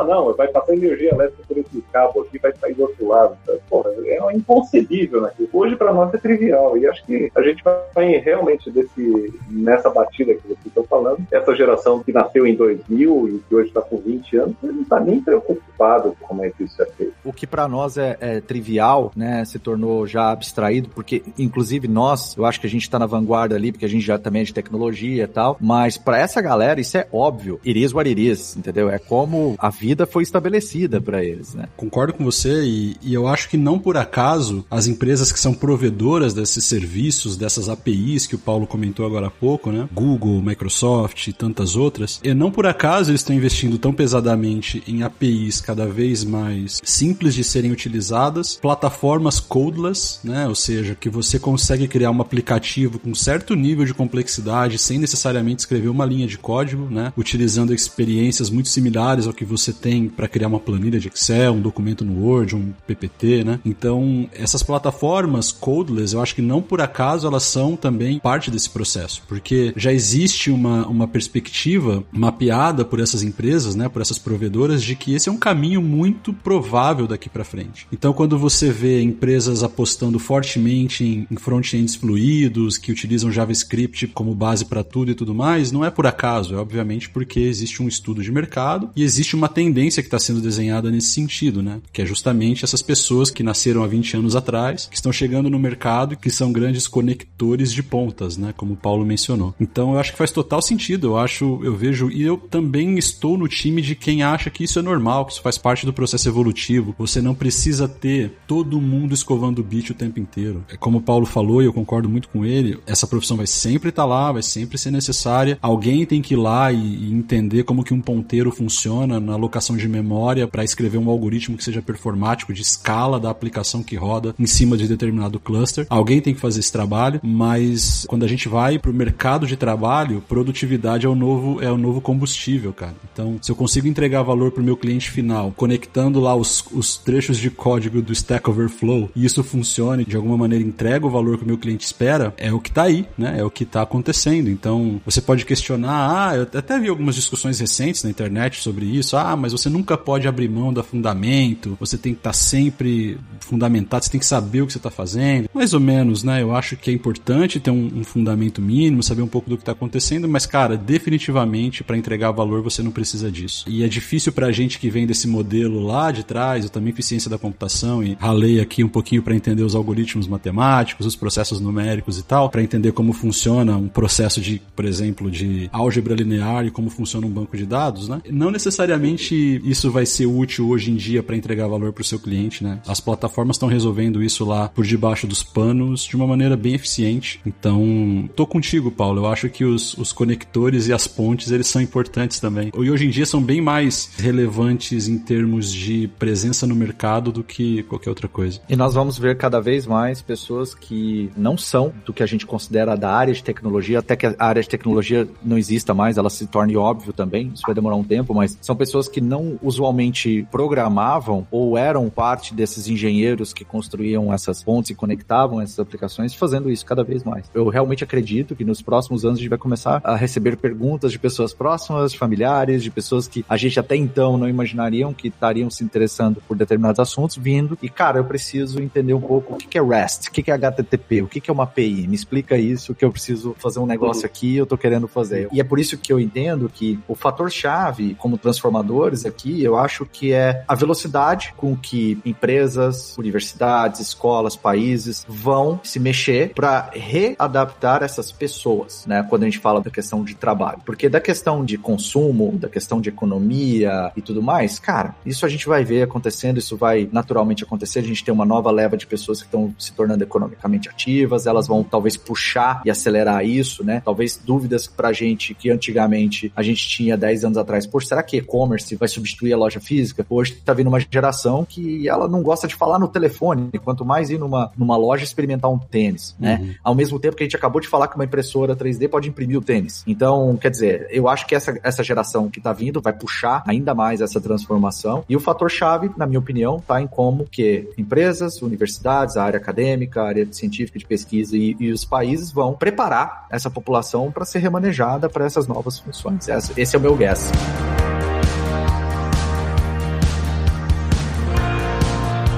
não, vai passar energia elétrica por esse cabo aqui, vai sair do outro lado. Porra, é inconcebível, né? Hoje para nós é trivial, e acho que a gente vai realmente nessa batida que vocês estão falando, essa geração que nasceu em 2000 e que hoje está com 20 anos, ele não está nem preocupado com como é que isso é feito. O que para nós é trivial, né, se tornou já abstraído, porque inclusive nós, eu acho que a gente está na vanguarda ali, porque a gente já também é de tecnologia e tal, mas para essa galera isso é óbvio, it is what it is, entendeu? É como a vida foi estabelecida para eles, né? Concordo com você e eu acho que não por acaso as empresas que são provedoras desses serviços, dessas APIs que o Paulo comentou agora há pouco, né? Google, Microsoft e tantas outras, e não por acaso eles estão investindo tão pesadamente em APIs cada vez mais simples de serem utilizadas, plataformas codeless, né? Ou seja, que você consegue criar um aplicativo com certo nível de complexidade sem necessariamente escrever uma linha de código, né? Utilizando experiências muito similares ao que você tem para criar uma planilha de Excel, um documento no Word, um PPT, né? Então, essas plataformas codeless, eu acho que não por acaso elas são também parte desse processo, porque já existe uma perspectiva mapeada por essas empresas, né? Por essas provedoras, de que esse é um caminho muito provável daqui para frente. Então, quando você vê empresas apostando fortemente em front-ends fluidos, que utilizam JavaScript como base para tudo e tudo mais, não é por acaso, é obviamente porque existe um estudo de mercado e existe uma tendência que está sendo desenhada nesse sentido, né? Que é justamente essas pessoas que nasceram há 20 anos atrás, que estão chegando no mercado e que são grandes conectores de pontas, né? Como o Paulo mencionou. Então, eu acho que faz total sentido, eu vejo, e eu também estou no time de quem acha que isso é normal, que isso faz parte do processo evolutivo. Você não precisa ter todo mundo escovando o bicho o tempo inteiro. É como o Paulo falou, e eu concordo muito com ele, essa profissão vai sempre estar lá, vai sempre ser necessária. Alguém tem que ir lá e entender como que um ponteiro funciona na alocação de memória para escrever um algoritmo que seja performático de escala da aplicação que roda em cima de determinado cluster. Alguém tem que fazer esse trabalho, mas quando a gente vai para o mercado de trabalho, produtividade é o novo combustível, cara. Então, se eu consigo entregar valor para o meu cliente final, conectando lá os trechos de código do Stack Overflow, e isso funciona e de alguma maneira entrega o valor que o meu cliente espera, é o que tá aí, né? É o que tá acontecendo. Então, você pode questionar, eu até vi algumas discussões recentes na internet sobre isso, mas você nunca pode abrir mão da fundamento, você tem que estar sempre fundamentado, você tem que saber o que você está fazendo. Mais ou menos, né? Eu acho que é importante ter um fundamento mínimo, saber um pouco do que está acontecendo, mas, cara, definitivamente, para entregar valor, você não precisa disso. E é difícil pra gente que vem desse modelo lá de trás, eu também fiz ciência da computação e ralei aqui um pouquinho para entender os algoritmos matemáticos, os processos numéricos e tal, para entender como funciona um processo de, por exemplo, de álgebra linear e como funciona um banco de dados, né? Não necessariamente isso vai ser útil hoje em dia para entregar valor para o seu cliente, né? As plataformas estão resolvendo isso lá por debaixo dos panos de uma maneira bem eficiente. Então, tô contigo, Paulo. Eu acho que os conectores e as pontes, eles são importantes também. E hoje em dia são bem mais relevantes em termos de presença no mercado do que qualquer outra coisa. E nós vamos ver cada vez mais pessoas que não são do que a gente considera da área de tecnologia, até que a área de tecnologia não exista mais, ela se torne óbvio também, isso vai demorar um tempo, mas são pessoas que não usualmente programavam ou eram parte desses engenheiros que construíam essas pontes e conectavam essas aplicações, fazendo isso cada vez mais. Eu realmente acredito que nos próximos anos a gente vai começar a receber perguntas de pessoas próximas, familiares, de pessoas que a gente até então não imaginariam que estariam se interessando por determinados assuntos, vindo e, cara, eu preciso entender um pouco o que é REST, o que é HTTP, o que é uma API, me explica isso, que eu preciso fazer um negócio aqui, eu tô querendo fazer. E é por isso que eu entendo que o fator-chave como transformadores aqui, eu acho que é a velocidade com que empresas, universidades, escolas, países vão se mexer para readaptar essas pessoas, né, quando a gente fala da questão de trabalho. Porque da questão de consumo, da questão de economia e tudo mais, cara, isso a gente vai ver acontecendo, isso vai naturalmente acontecer, a gente tem uma nova leva de pessoas que estão se tornando economicamente ativas, elas vão talvez puxar e acelerar isso, né? Talvez dúvidas pra gente que antigamente a gente tinha 10 anos atrás, poxa, será que e-commerce vai substituir a loja física? Hoje tá vindo uma geração que ela não gosta de falar no telefone, quanto mais ir numa loja experimentar um tênis, né? Ao mesmo tempo que a gente acabou de falar que uma impressora 3D pode imprimir o tênis. Então, quer dizer, eu acho que essa geração que tá vindo vai puxar ainda mais essa transformação, e o fator-chave, na minha opinião, tá em como que empresas, universidades, a área acadêmica, a área científica de pesquisa e os países vão preparar essa população para ser remanejada para essas novas funções. Esse é o meu guess.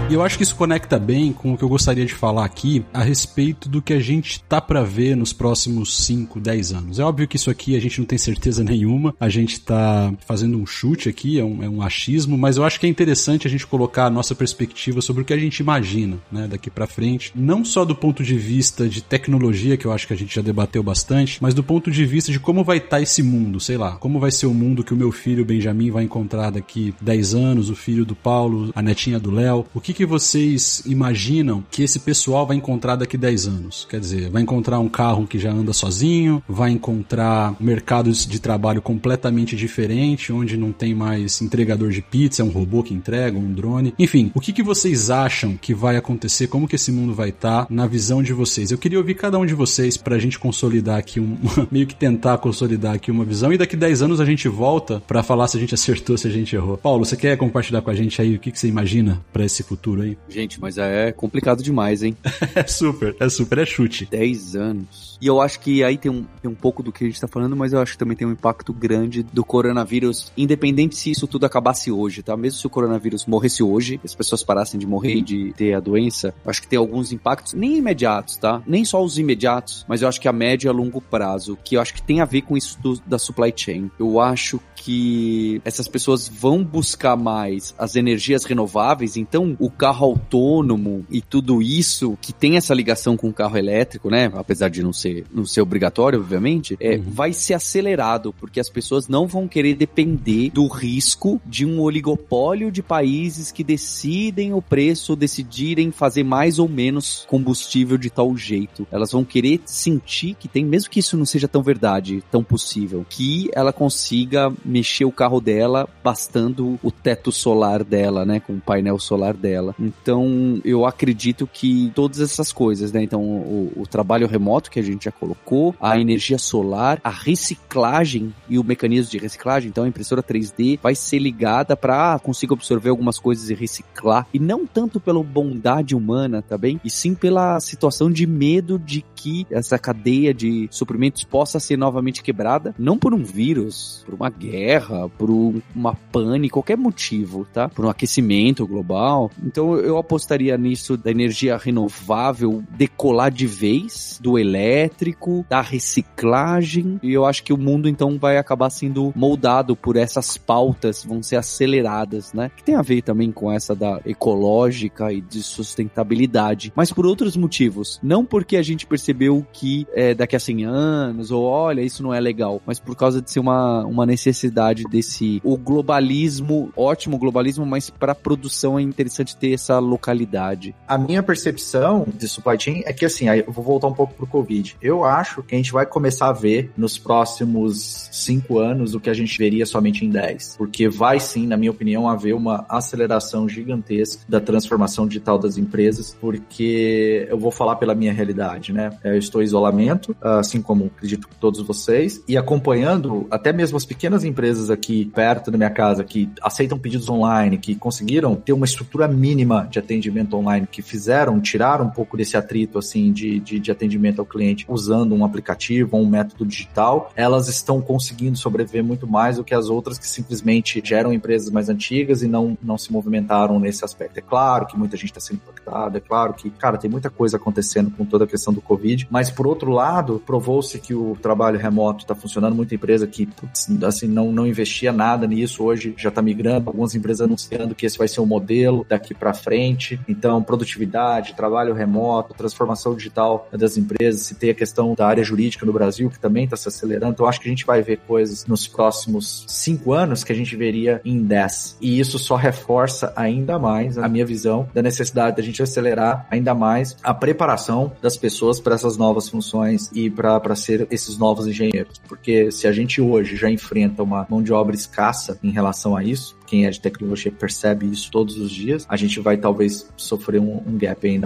E eu acho que isso conecta bem com o que eu gostaria de falar aqui a respeito do que a gente tá para ver nos próximos 5, 10 anos. É óbvio que isso aqui a gente não tem certeza nenhuma, a gente tá fazendo um chute aqui, é um achismo, mas eu acho que é interessante a gente colocar a nossa perspectiva sobre o que a gente imagina, né, daqui para frente, não só do ponto de vista de tecnologia, que eu acho que a gente já debateu bastante, mas do ponto de vista de como vai estar esse mundo, sei lá, como vai ser o mundo que o meu filho Benjamin vai encontrar daqui 10 anos, o filho do Paulo, a netinha do Léo. O que vocês imaginam que esse pessoal vai encontrar daqui 10 anos? Quer dizer, vai encontrar um carro que já anda sozinho, vai encontrar mercados de trabalho completamente diferente, onde não tem mais entregador de pizza, é um robô que entrega, um drone. Enfim, o que vocês acham que vai acontecer? Como que esse mundo vai estar na visão de vocês? Eu queria ouvir cada um de vocês pra gente consolidar aqui meio que tentar consolidar aqui uma visão, e daqui 10 anos a gente volta pra falar se a gente acertou, se a gente errou. Paulo, você quer compartilhar com a gente aí o que você imagina pra esse futuro aí? Gente, mas é complicado demais, hein? É super, é chute. 10 anos. E eu acho que aí tem um pouco do que a gente tá falando, mas eu acho que também tem um impacto grande do coronavírus, independente se isso tudo acabasse hoje, tá? Mesmo se o coronavírus morresse hoje, as pessoas parassem de morrer e de ter a doença, eu acho que tem alguns impactos, nem imediatos, tá? Nem só os imediatos, mas eu acho que a médio e a longo prazo, que eu acho que tem a ver com isso da supply chain. Eu acho que essas pessoas vão buscar mais as energias renováveis, então o carro autônomo e tudo isso, que tem essa ligação com o carro elétrico, né? Apesar de não ser obrigatório, obviamente, vai ser acelerado, porque as pessoas não vão querer depender do risco de um oligopólio de países que decidem o preço, decidirem fazer mais ou menos combustível de tal jeito. Elas vão querer sentir que tem, mesmo que isso não seja tão verdade, tão possível, que ela consiga mexer o carro dela bastando o teto solar dela, né, com o painel solar dela. Então, eu acredito que todas essas coisas, né, então o trabalho remoto que a gente já colocou, a energia solar, a reciclagem e o mecanismo de reciclagem, então a impressora 3D vai ser ligada para conseguir absorver algumas coisas e reciclar, e não tanto pela bondade humana, tá bem? E sim pela situação de medo de que essa cadeia de suprimentos possa ser novamente quebrada, não por um vírus, por uma guerra, por uma pane, qualquer motivo, tá? Por um aquecimento global. Então eu apostaria nisso da energia renovável decolar de vez, do elétrico, da reciclagem, e eu acho que o mundo então vai acabar sendo moldado por essas pautas, vão ser aceleradas, né? Que tem a ver também com essa da ecológica e de sustentabilidade, mas por outros motivos, não porque a gente percebeu que daqui a 100 anos, ou olha, isso não é legal, mas por causa de ser uma necessidade desse, o globalismo, ótimo globalismo, mas para produção é interessante ter essa localidade. A minha percepção de supply chain é que assim, aí eu vou voltar um pouco pro Covid. Eu acho que a gente vai começar a ver nos próximos 5 anos o que a gente veria somente em 10. Porque vai sim, na minha opinião, haver uma aceleração gigantesca da transformação digital das empresas, porque eu vou falar pela minha realidade, né? Eu estou em isolamento, assim como acredito que todos vocês, e acompanhando até mesmo as pequenas empresas aqui perto da minha casa que aceitam pedidos online, que conseguiram ter uma estrutura mínima de atendimento online, que tiraram um pouco desse atrito assim de atendimento ao cliente usando um aplicativo ou um método digital, elas estão conseguindo sobreviver muito mais do que as outras que simplesmente geram empresas mais antigas e não se movimentaram nesse aspecto. É claro que muita gente está sendo impactada, é claro que, cara, tem muita coisa acontecendo com toda a questão do Covid, mas por outro lado, provou-se que o trabalho remoto está funcionando, muita empresa que, assim, não investia nada nisso, hoje já está migrando, algumas empresas anunciando que esse vai ser o modelo daqui para frente. Então, produtividade, trabalho remoto, transformação digital das empresas, se tem a questão da área jurídica no Brasil, que também está se acelerando. Então, acho que a gente vai ver coisas nos próximos 5 anos que a gente veria em 10. E isso só reforça ainda mais a minha visão da necessidade da gente acelerar ainda mais a preparação das pessoas para essas novas funções e para ser esses novos engenheiros. Porque se a gente hoje já enfrenta uma mão de obra escassa em relação a isso, quem é de tecnologia percebe isso todos os dias, a gente vai talvez sofrer um gap ainda maior.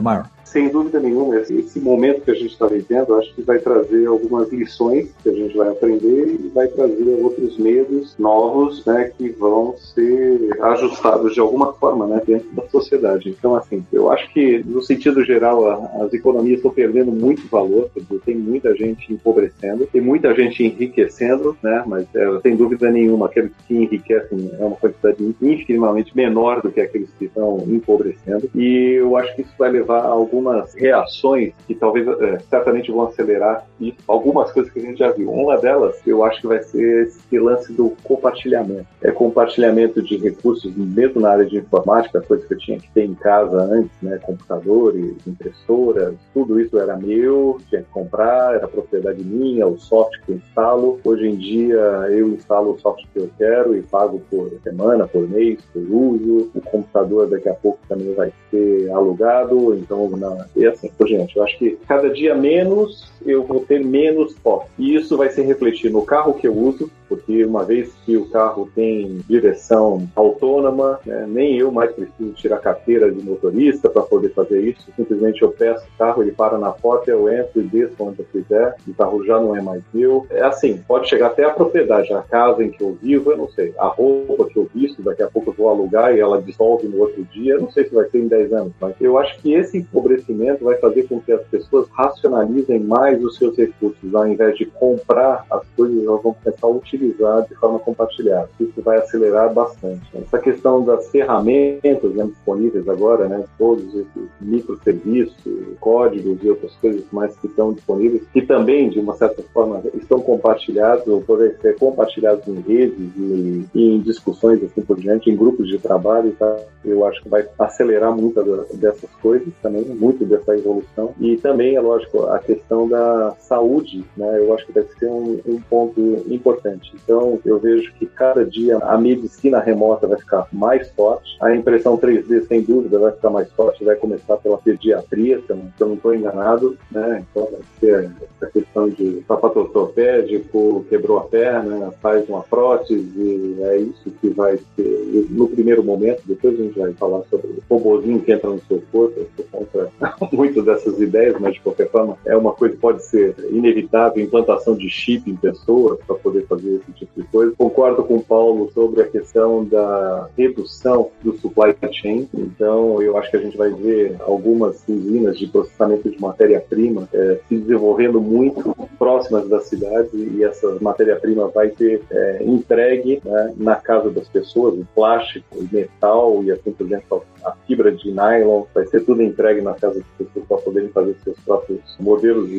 sem dúvida nenhuma, esse momento que a gente está vivendo, acho que vai trazer algumas lições que a gente vai aprender e vai trazer outros medos novos, né, que vão ser ajustados de alguma forma, né, dentro da sociedade. Então, assim, eu acho que, no sentido geral, as economias estão perdendo muito valor, porque tem muita gente empobrecendo, tem muita gente enriquecendo, né, mas sem dúvida nenhuma, aqueles que enriquecem é uma quantidade infinitamente menor do que aqueles que estão empobrecendo, e eu acho que isso vai levar a algumas reações que talvez certamente vão acelerar isso. Algumas coisas que a gente já viu. Uma delas, eu acho que vai ser esse lance do compartilhamento. Compartilhamento de recursos, mesmo na área de informática, coisa que eu tinha que ter em casa antes, né, computadores, impressoras, tudo isso era meu, tinha que comprar, era propriedade minha, o software que eu instalo. Hoje em dia, eu instalo o software que eu quero e pago por semana, por mês, por uso. O computador daqui a pouco também vai ser alugado, então, e assim, gente, eu acho que cada dia menos eu vou ter menos posse. E isso vai se refletir no carro que eu uso, porque uma vez que o carro tem direção autônoma, né, nem eu mais preciso tirar carteira de motorista para poder fazer isso. Simplesmente eu peço o carro, ele para na porta, eu entro e desço onde eu quiser, o carro já não é mais meu. É assim, pode chegar até a propriedade, a casa em que eu vivo, eu não sei, a roupa que eu visto, daqui a pouco eu vou alugar e ela dissolve no outro dia, eu não sei se vai ser em 10 anos, mas eu acho que esse empobrecimento vai fazer com que as pessoas racionalizem mais os seus recursos, ao invés de comprar as coisas, elas vão começar a utilizar de forma compartilhada. Isso vai acelerar bastante. Essa questão das ferramentas, né, disponíveis agora, né, todos esses microserviços, códigos e outras coisas mais que estão disponíveis, que também, de uma certa forma, estão compartilhados ou podem ser compartilhados em redes e em discussões assim por diante, em grupos de trabalho, tá? Eu acho que vai acelerar muitas dessas coisas também, muito dessa evolução. E também, é lógico, a questão da saúde, né, eu acho que vai ser um ponto importante. Então, eu vejo que cada dia a medicina remota vai ficar mais forte, a impressão 3D, sem dúvida, vai ficar mais forte, vai começar pela pediatria, se eu não estou enganado, né, então vai ser essa questão de sapato ortopédico, quebrou a perna, faz uma prótese, é isso que vai ser no primeiro momento. Depois a gente vai falar sobre o robozinho que entra no seu corpo. Eu sou contra muito dessas ideias, mas de qualquer forma é uma coisa que pode ser inevitável, implantação de chip em pessoas para poder fazer esse tipo de coisa. Concordo com o Paulo sobre a questão da redução do supply chain. Então eu acho que a gente vai ver algumas usinas de processamento de matéria-prima se desenvolvendo muito próximas das cidades, e essa matéria-prima vai ser entregue, né, na casa das pessoas, o plástico, o metal e assim por diante, a fibra de nylon, vai ser tudo entregue na casa das pessoas para poderem fazer seus próprios modelos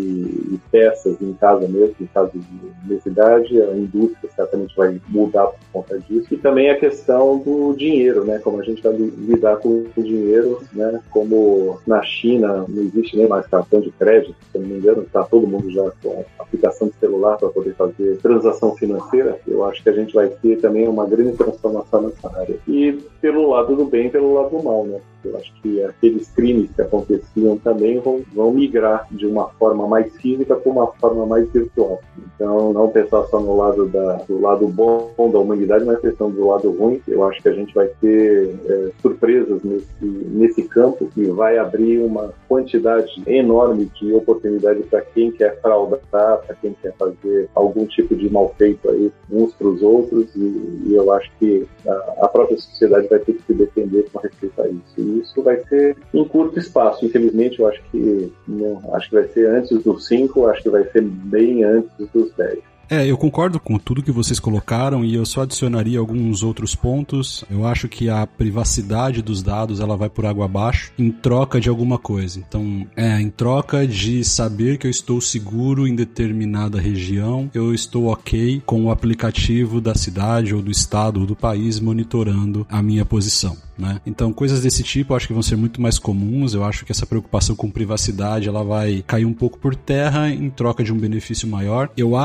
e peças em casa mesmo, em caso de necessidade. A indústria certamente vai mudar por conta disso. E também a questão do dinheiro, né, como a gente vai lidar com o dinheiro, né, como na China não existe nem mais cartão de crédito, se não me engano, está todo mundo já com aplicação de celular para poder fazer transação financeira. Eu acho que a gente vai ter também uma grande transformação nessa área. E pelo lado do bem e pelo lado do mal, né? Eu acho que aqueles crimes que aconteciam também vão migrar de uma forma mais física para uma forma mais virtual. Então, não pensar só no lado do lado bom da humanidade, mas pensando do lado ruim. Eu acho que a gente vai ter surpresas nesse campo, e vai abrir uma quantidade enorme de oportunidade para quem quer fraudar, para quem quer fazer algum tipo de mal feito aí uns para os outros, e eu acho que a própria sociedade vai ter que se defender com respeito a isso. E isso vai ser em curto espaço. Infelizmente, eu acho que vai ser antes dos 5, acho que vai ser bem antes dos 10. Eu concordo com tudo que vocês colocaram, e eu só adicionaria alguns outros pontos. Eu acho que a privacidade dos dados, ela vai por água abaixo em troca de alguma coisa. Então, em troca de saber que eu estou seguro em determinada região, eu estou ok com o aplicativo da cidade ou do estado ou do país monitorando a minha posição, né? Então, coisas desse tipo eu acho que vão ser muito mais comuns. Eu acho que essa preocupação com privacidade, ela vai cair um pouco por terra em troca de um benefício maior. Eu acho que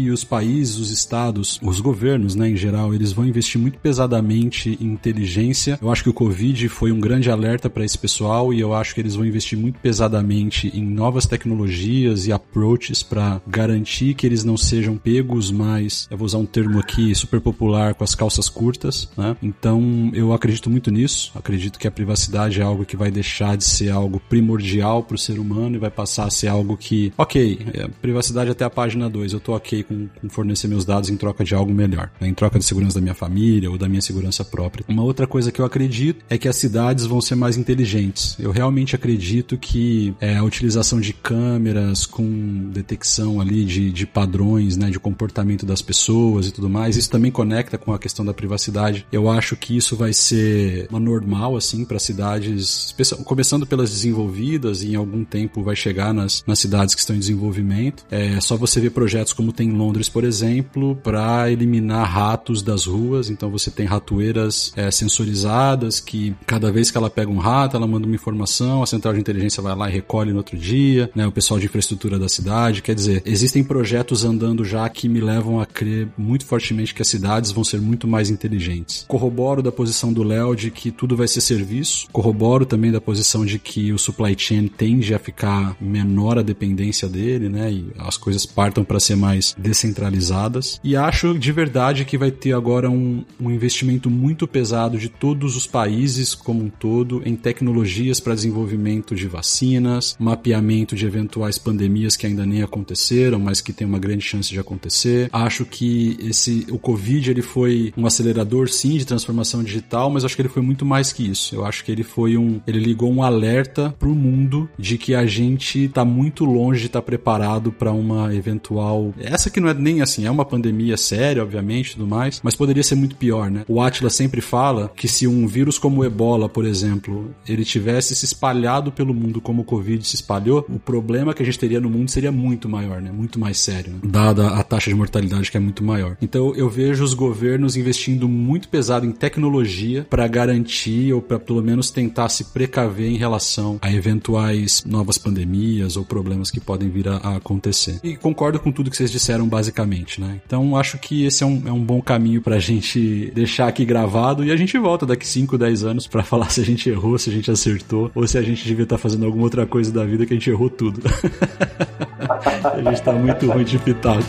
que os países, os estados, os governos, né, em geral, eles vão investir muito pesadamente em inteligência. Eu acho que o Covid foi um grande alerta para esse pessoal e eu acho que eles vão investir muito pesadamente em novas tecnologias e approaches para garantir que eles não sejam pegos mais, eu vou usar um termo aqui super popular, com as calças curtas, né? Então eu acredito muito nisso, acredito que a privacidade é algo que vai deixar de ser algo primordial para o ser humano e vai passar a ser algo que, privacidade até a página 2, eu tô ok com fornecer meus dados em troca de algo melhor, né? Em troca de segurança da minha família ou da minha segurança própria. Uma outra coisa que eu acredito é que as cidades vão ser mais inteligentes. Eu realmente acredito que a utilização de câmeras com detecção ali de padrões, né, de comportamento das pessoas e tudo mais, isso também conecta com a questão da privacidade. Eu acho que isso vai ser uma normal, assim, para cidades, começando pelas desenvolvidas e em algum tempo vai chegar nas cidades que estão em desenvolvimento. É só você ver projetos como tem em Londres, por exemplo, para eliminar ratos das ruas. Então você tem ratoeiras sensorizadas que cada vez que ela pega um rato, ela manda uma informação, a central de inteligência vai lá e recolhe no outro dia, né, o pessoal de infraestrutura da cidade. Quer dizer, existem projetos andando já que me levam a crer muito fortemente que as cidades vão ser muito mais inteligentes. Corroboro da posição do Léo de que tudo vai ser serviço, corroboro também da posição de que o supply chain tende a ficar menor a dependência dele, né, e as coisas partam para ser mais descentralizadas, e acho de verdade que vai ter agora um investimento muito pesado de todos os países como um todo em tecnologias para desenvolvimento de vacinas, mapeamento de eventuais pandemias que ainda nem aconteceram, mas que tem uma grande chance de acontecer. Acho que o Covid ele foi um acelerador, sim, de transformação digital, mas acho que ele foi muito mais que isso. Eu acho que ele ligou um alerta pro mundo de que a gente tá muito longe de estar preparado para uma eventual... Essa que não é nem assim, é uma pandemia séria, obviamente, e tudo mais, mas poderia ser muito pior, né? O Átila sempre fala que se um vírus como o Ebola, por exemplo, ele tivesse se espalhado pelo mundo como o Covid se espalhou, o problema que a gente teria no mundo seria muito maior, né? Muito mais sério, né? Dada a taxa de mortalidade que é muito maior. Então eu vejo os governos investindo muito pesado em tecnologia para garantir ou para pelo menos tentar se precaver em relação a eventuais novas pandemias ou problemas que podem vir a acontecer. E concordo com tudo que vocês disseram basicamente, né? Então acho que esse é um bom caminho pra gente deixar aqui gravado e a gente volta daqui 5, 10 anos pra falar se a gente errou, se a gente acertou ou se a gente devia estar fazendo alguma outra coisa da vida que a gente errou tudo. A gente tá muito ruim de pitaco.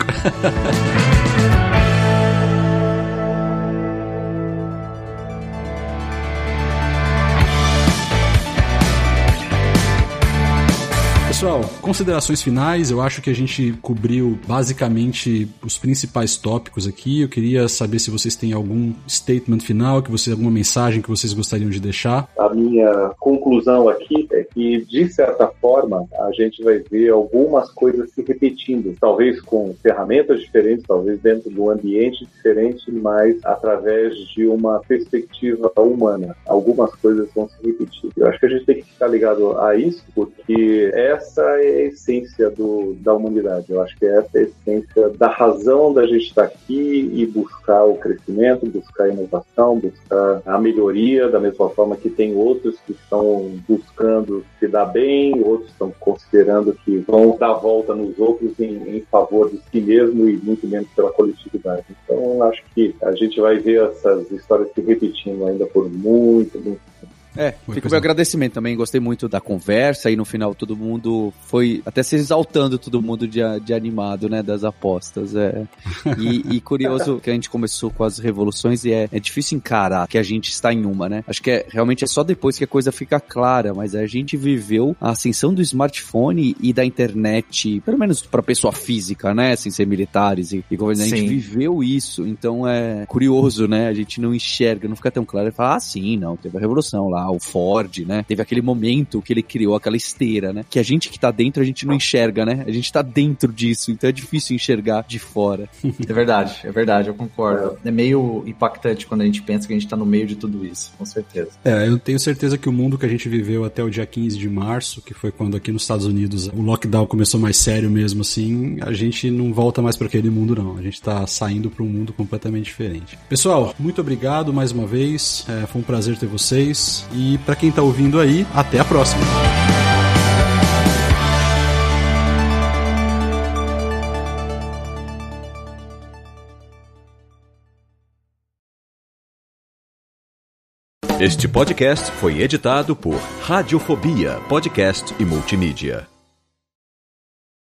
Pessoal, considerações finais, eu acho que a gente cobriu basicamente os principais tópicos aqui. Eu queria saber se vocês têm algum statement final, alguma mensagem que vocês gostariam de deixar. A minha conclusão aqui é que, de certa forma, a gente vai ver algumas coisas se repetindo, talvez com ferramentas diferentes, talvez dentro de um ambiente diferente, mas através de uma perspectiva humana. Algumas coisas vão se repetir. Eu acho que a gente tem que ficar ligado a isso, porque essa é a essência da humanidade. Eu acho que essa é a essência da razão da gente estar aqui e buscar o crescimento, buscar a inovação, buscar a melhoria, da mesma forma que tem outros que estão buscando se dar bem, outros estão considerando que vão dar a volta nos outros em favor de si mesmo e muito menos pela coletividade. Então, eu acho que a gente vai ver essas histórias se repetindo ainda por muito tempo. Fica o meu agradecimento também, gostei muito da conversa e no final todo mundo foi até se exaltando, todo mundo de animado, né, das apostas. E curioso que a gente começou com as revoluções e é difícil encarar que a gente está em uma, né? Acho que realmente é só depois que a coisa fica clara, mas a gente viveu a ascensão do smartphone e da internet, pelo menos para pessoa física, né, sem ser militares e governantes, a gente viveu isso, então é curioso, né, a gente não enxerga, não fica tão claro, e fala, sim, não, teve a revolução lá, o Ford, né? Teve aquele momento que ele criou aquela esteira, né? Que a gente que tá dentro, a gente não enxerga, né? A gente tá dentro disso, então é difícil enxergar de fora. É verdade, eu concordo. É meio impactante quando a gente pensa que a gente tá no meio de tudo isso, com certeza. Eu tenho certeza que o mundo que a gente viveu até o dia 15 de março, que foi quando aqui nos Estados Unidos o lockdown começou mais sério mesmo, assim, a gente não volta mais pra aquele mundo, não. A gente tá saindo pra um mundo completamente diferente. Pessoal, muito obrigado mais uma vez. Foi um prazer ter vocês. E para quem tá ouvindo aí, até a próxima. Este podcast foi editado por Radiofobia, podcast e multimídia.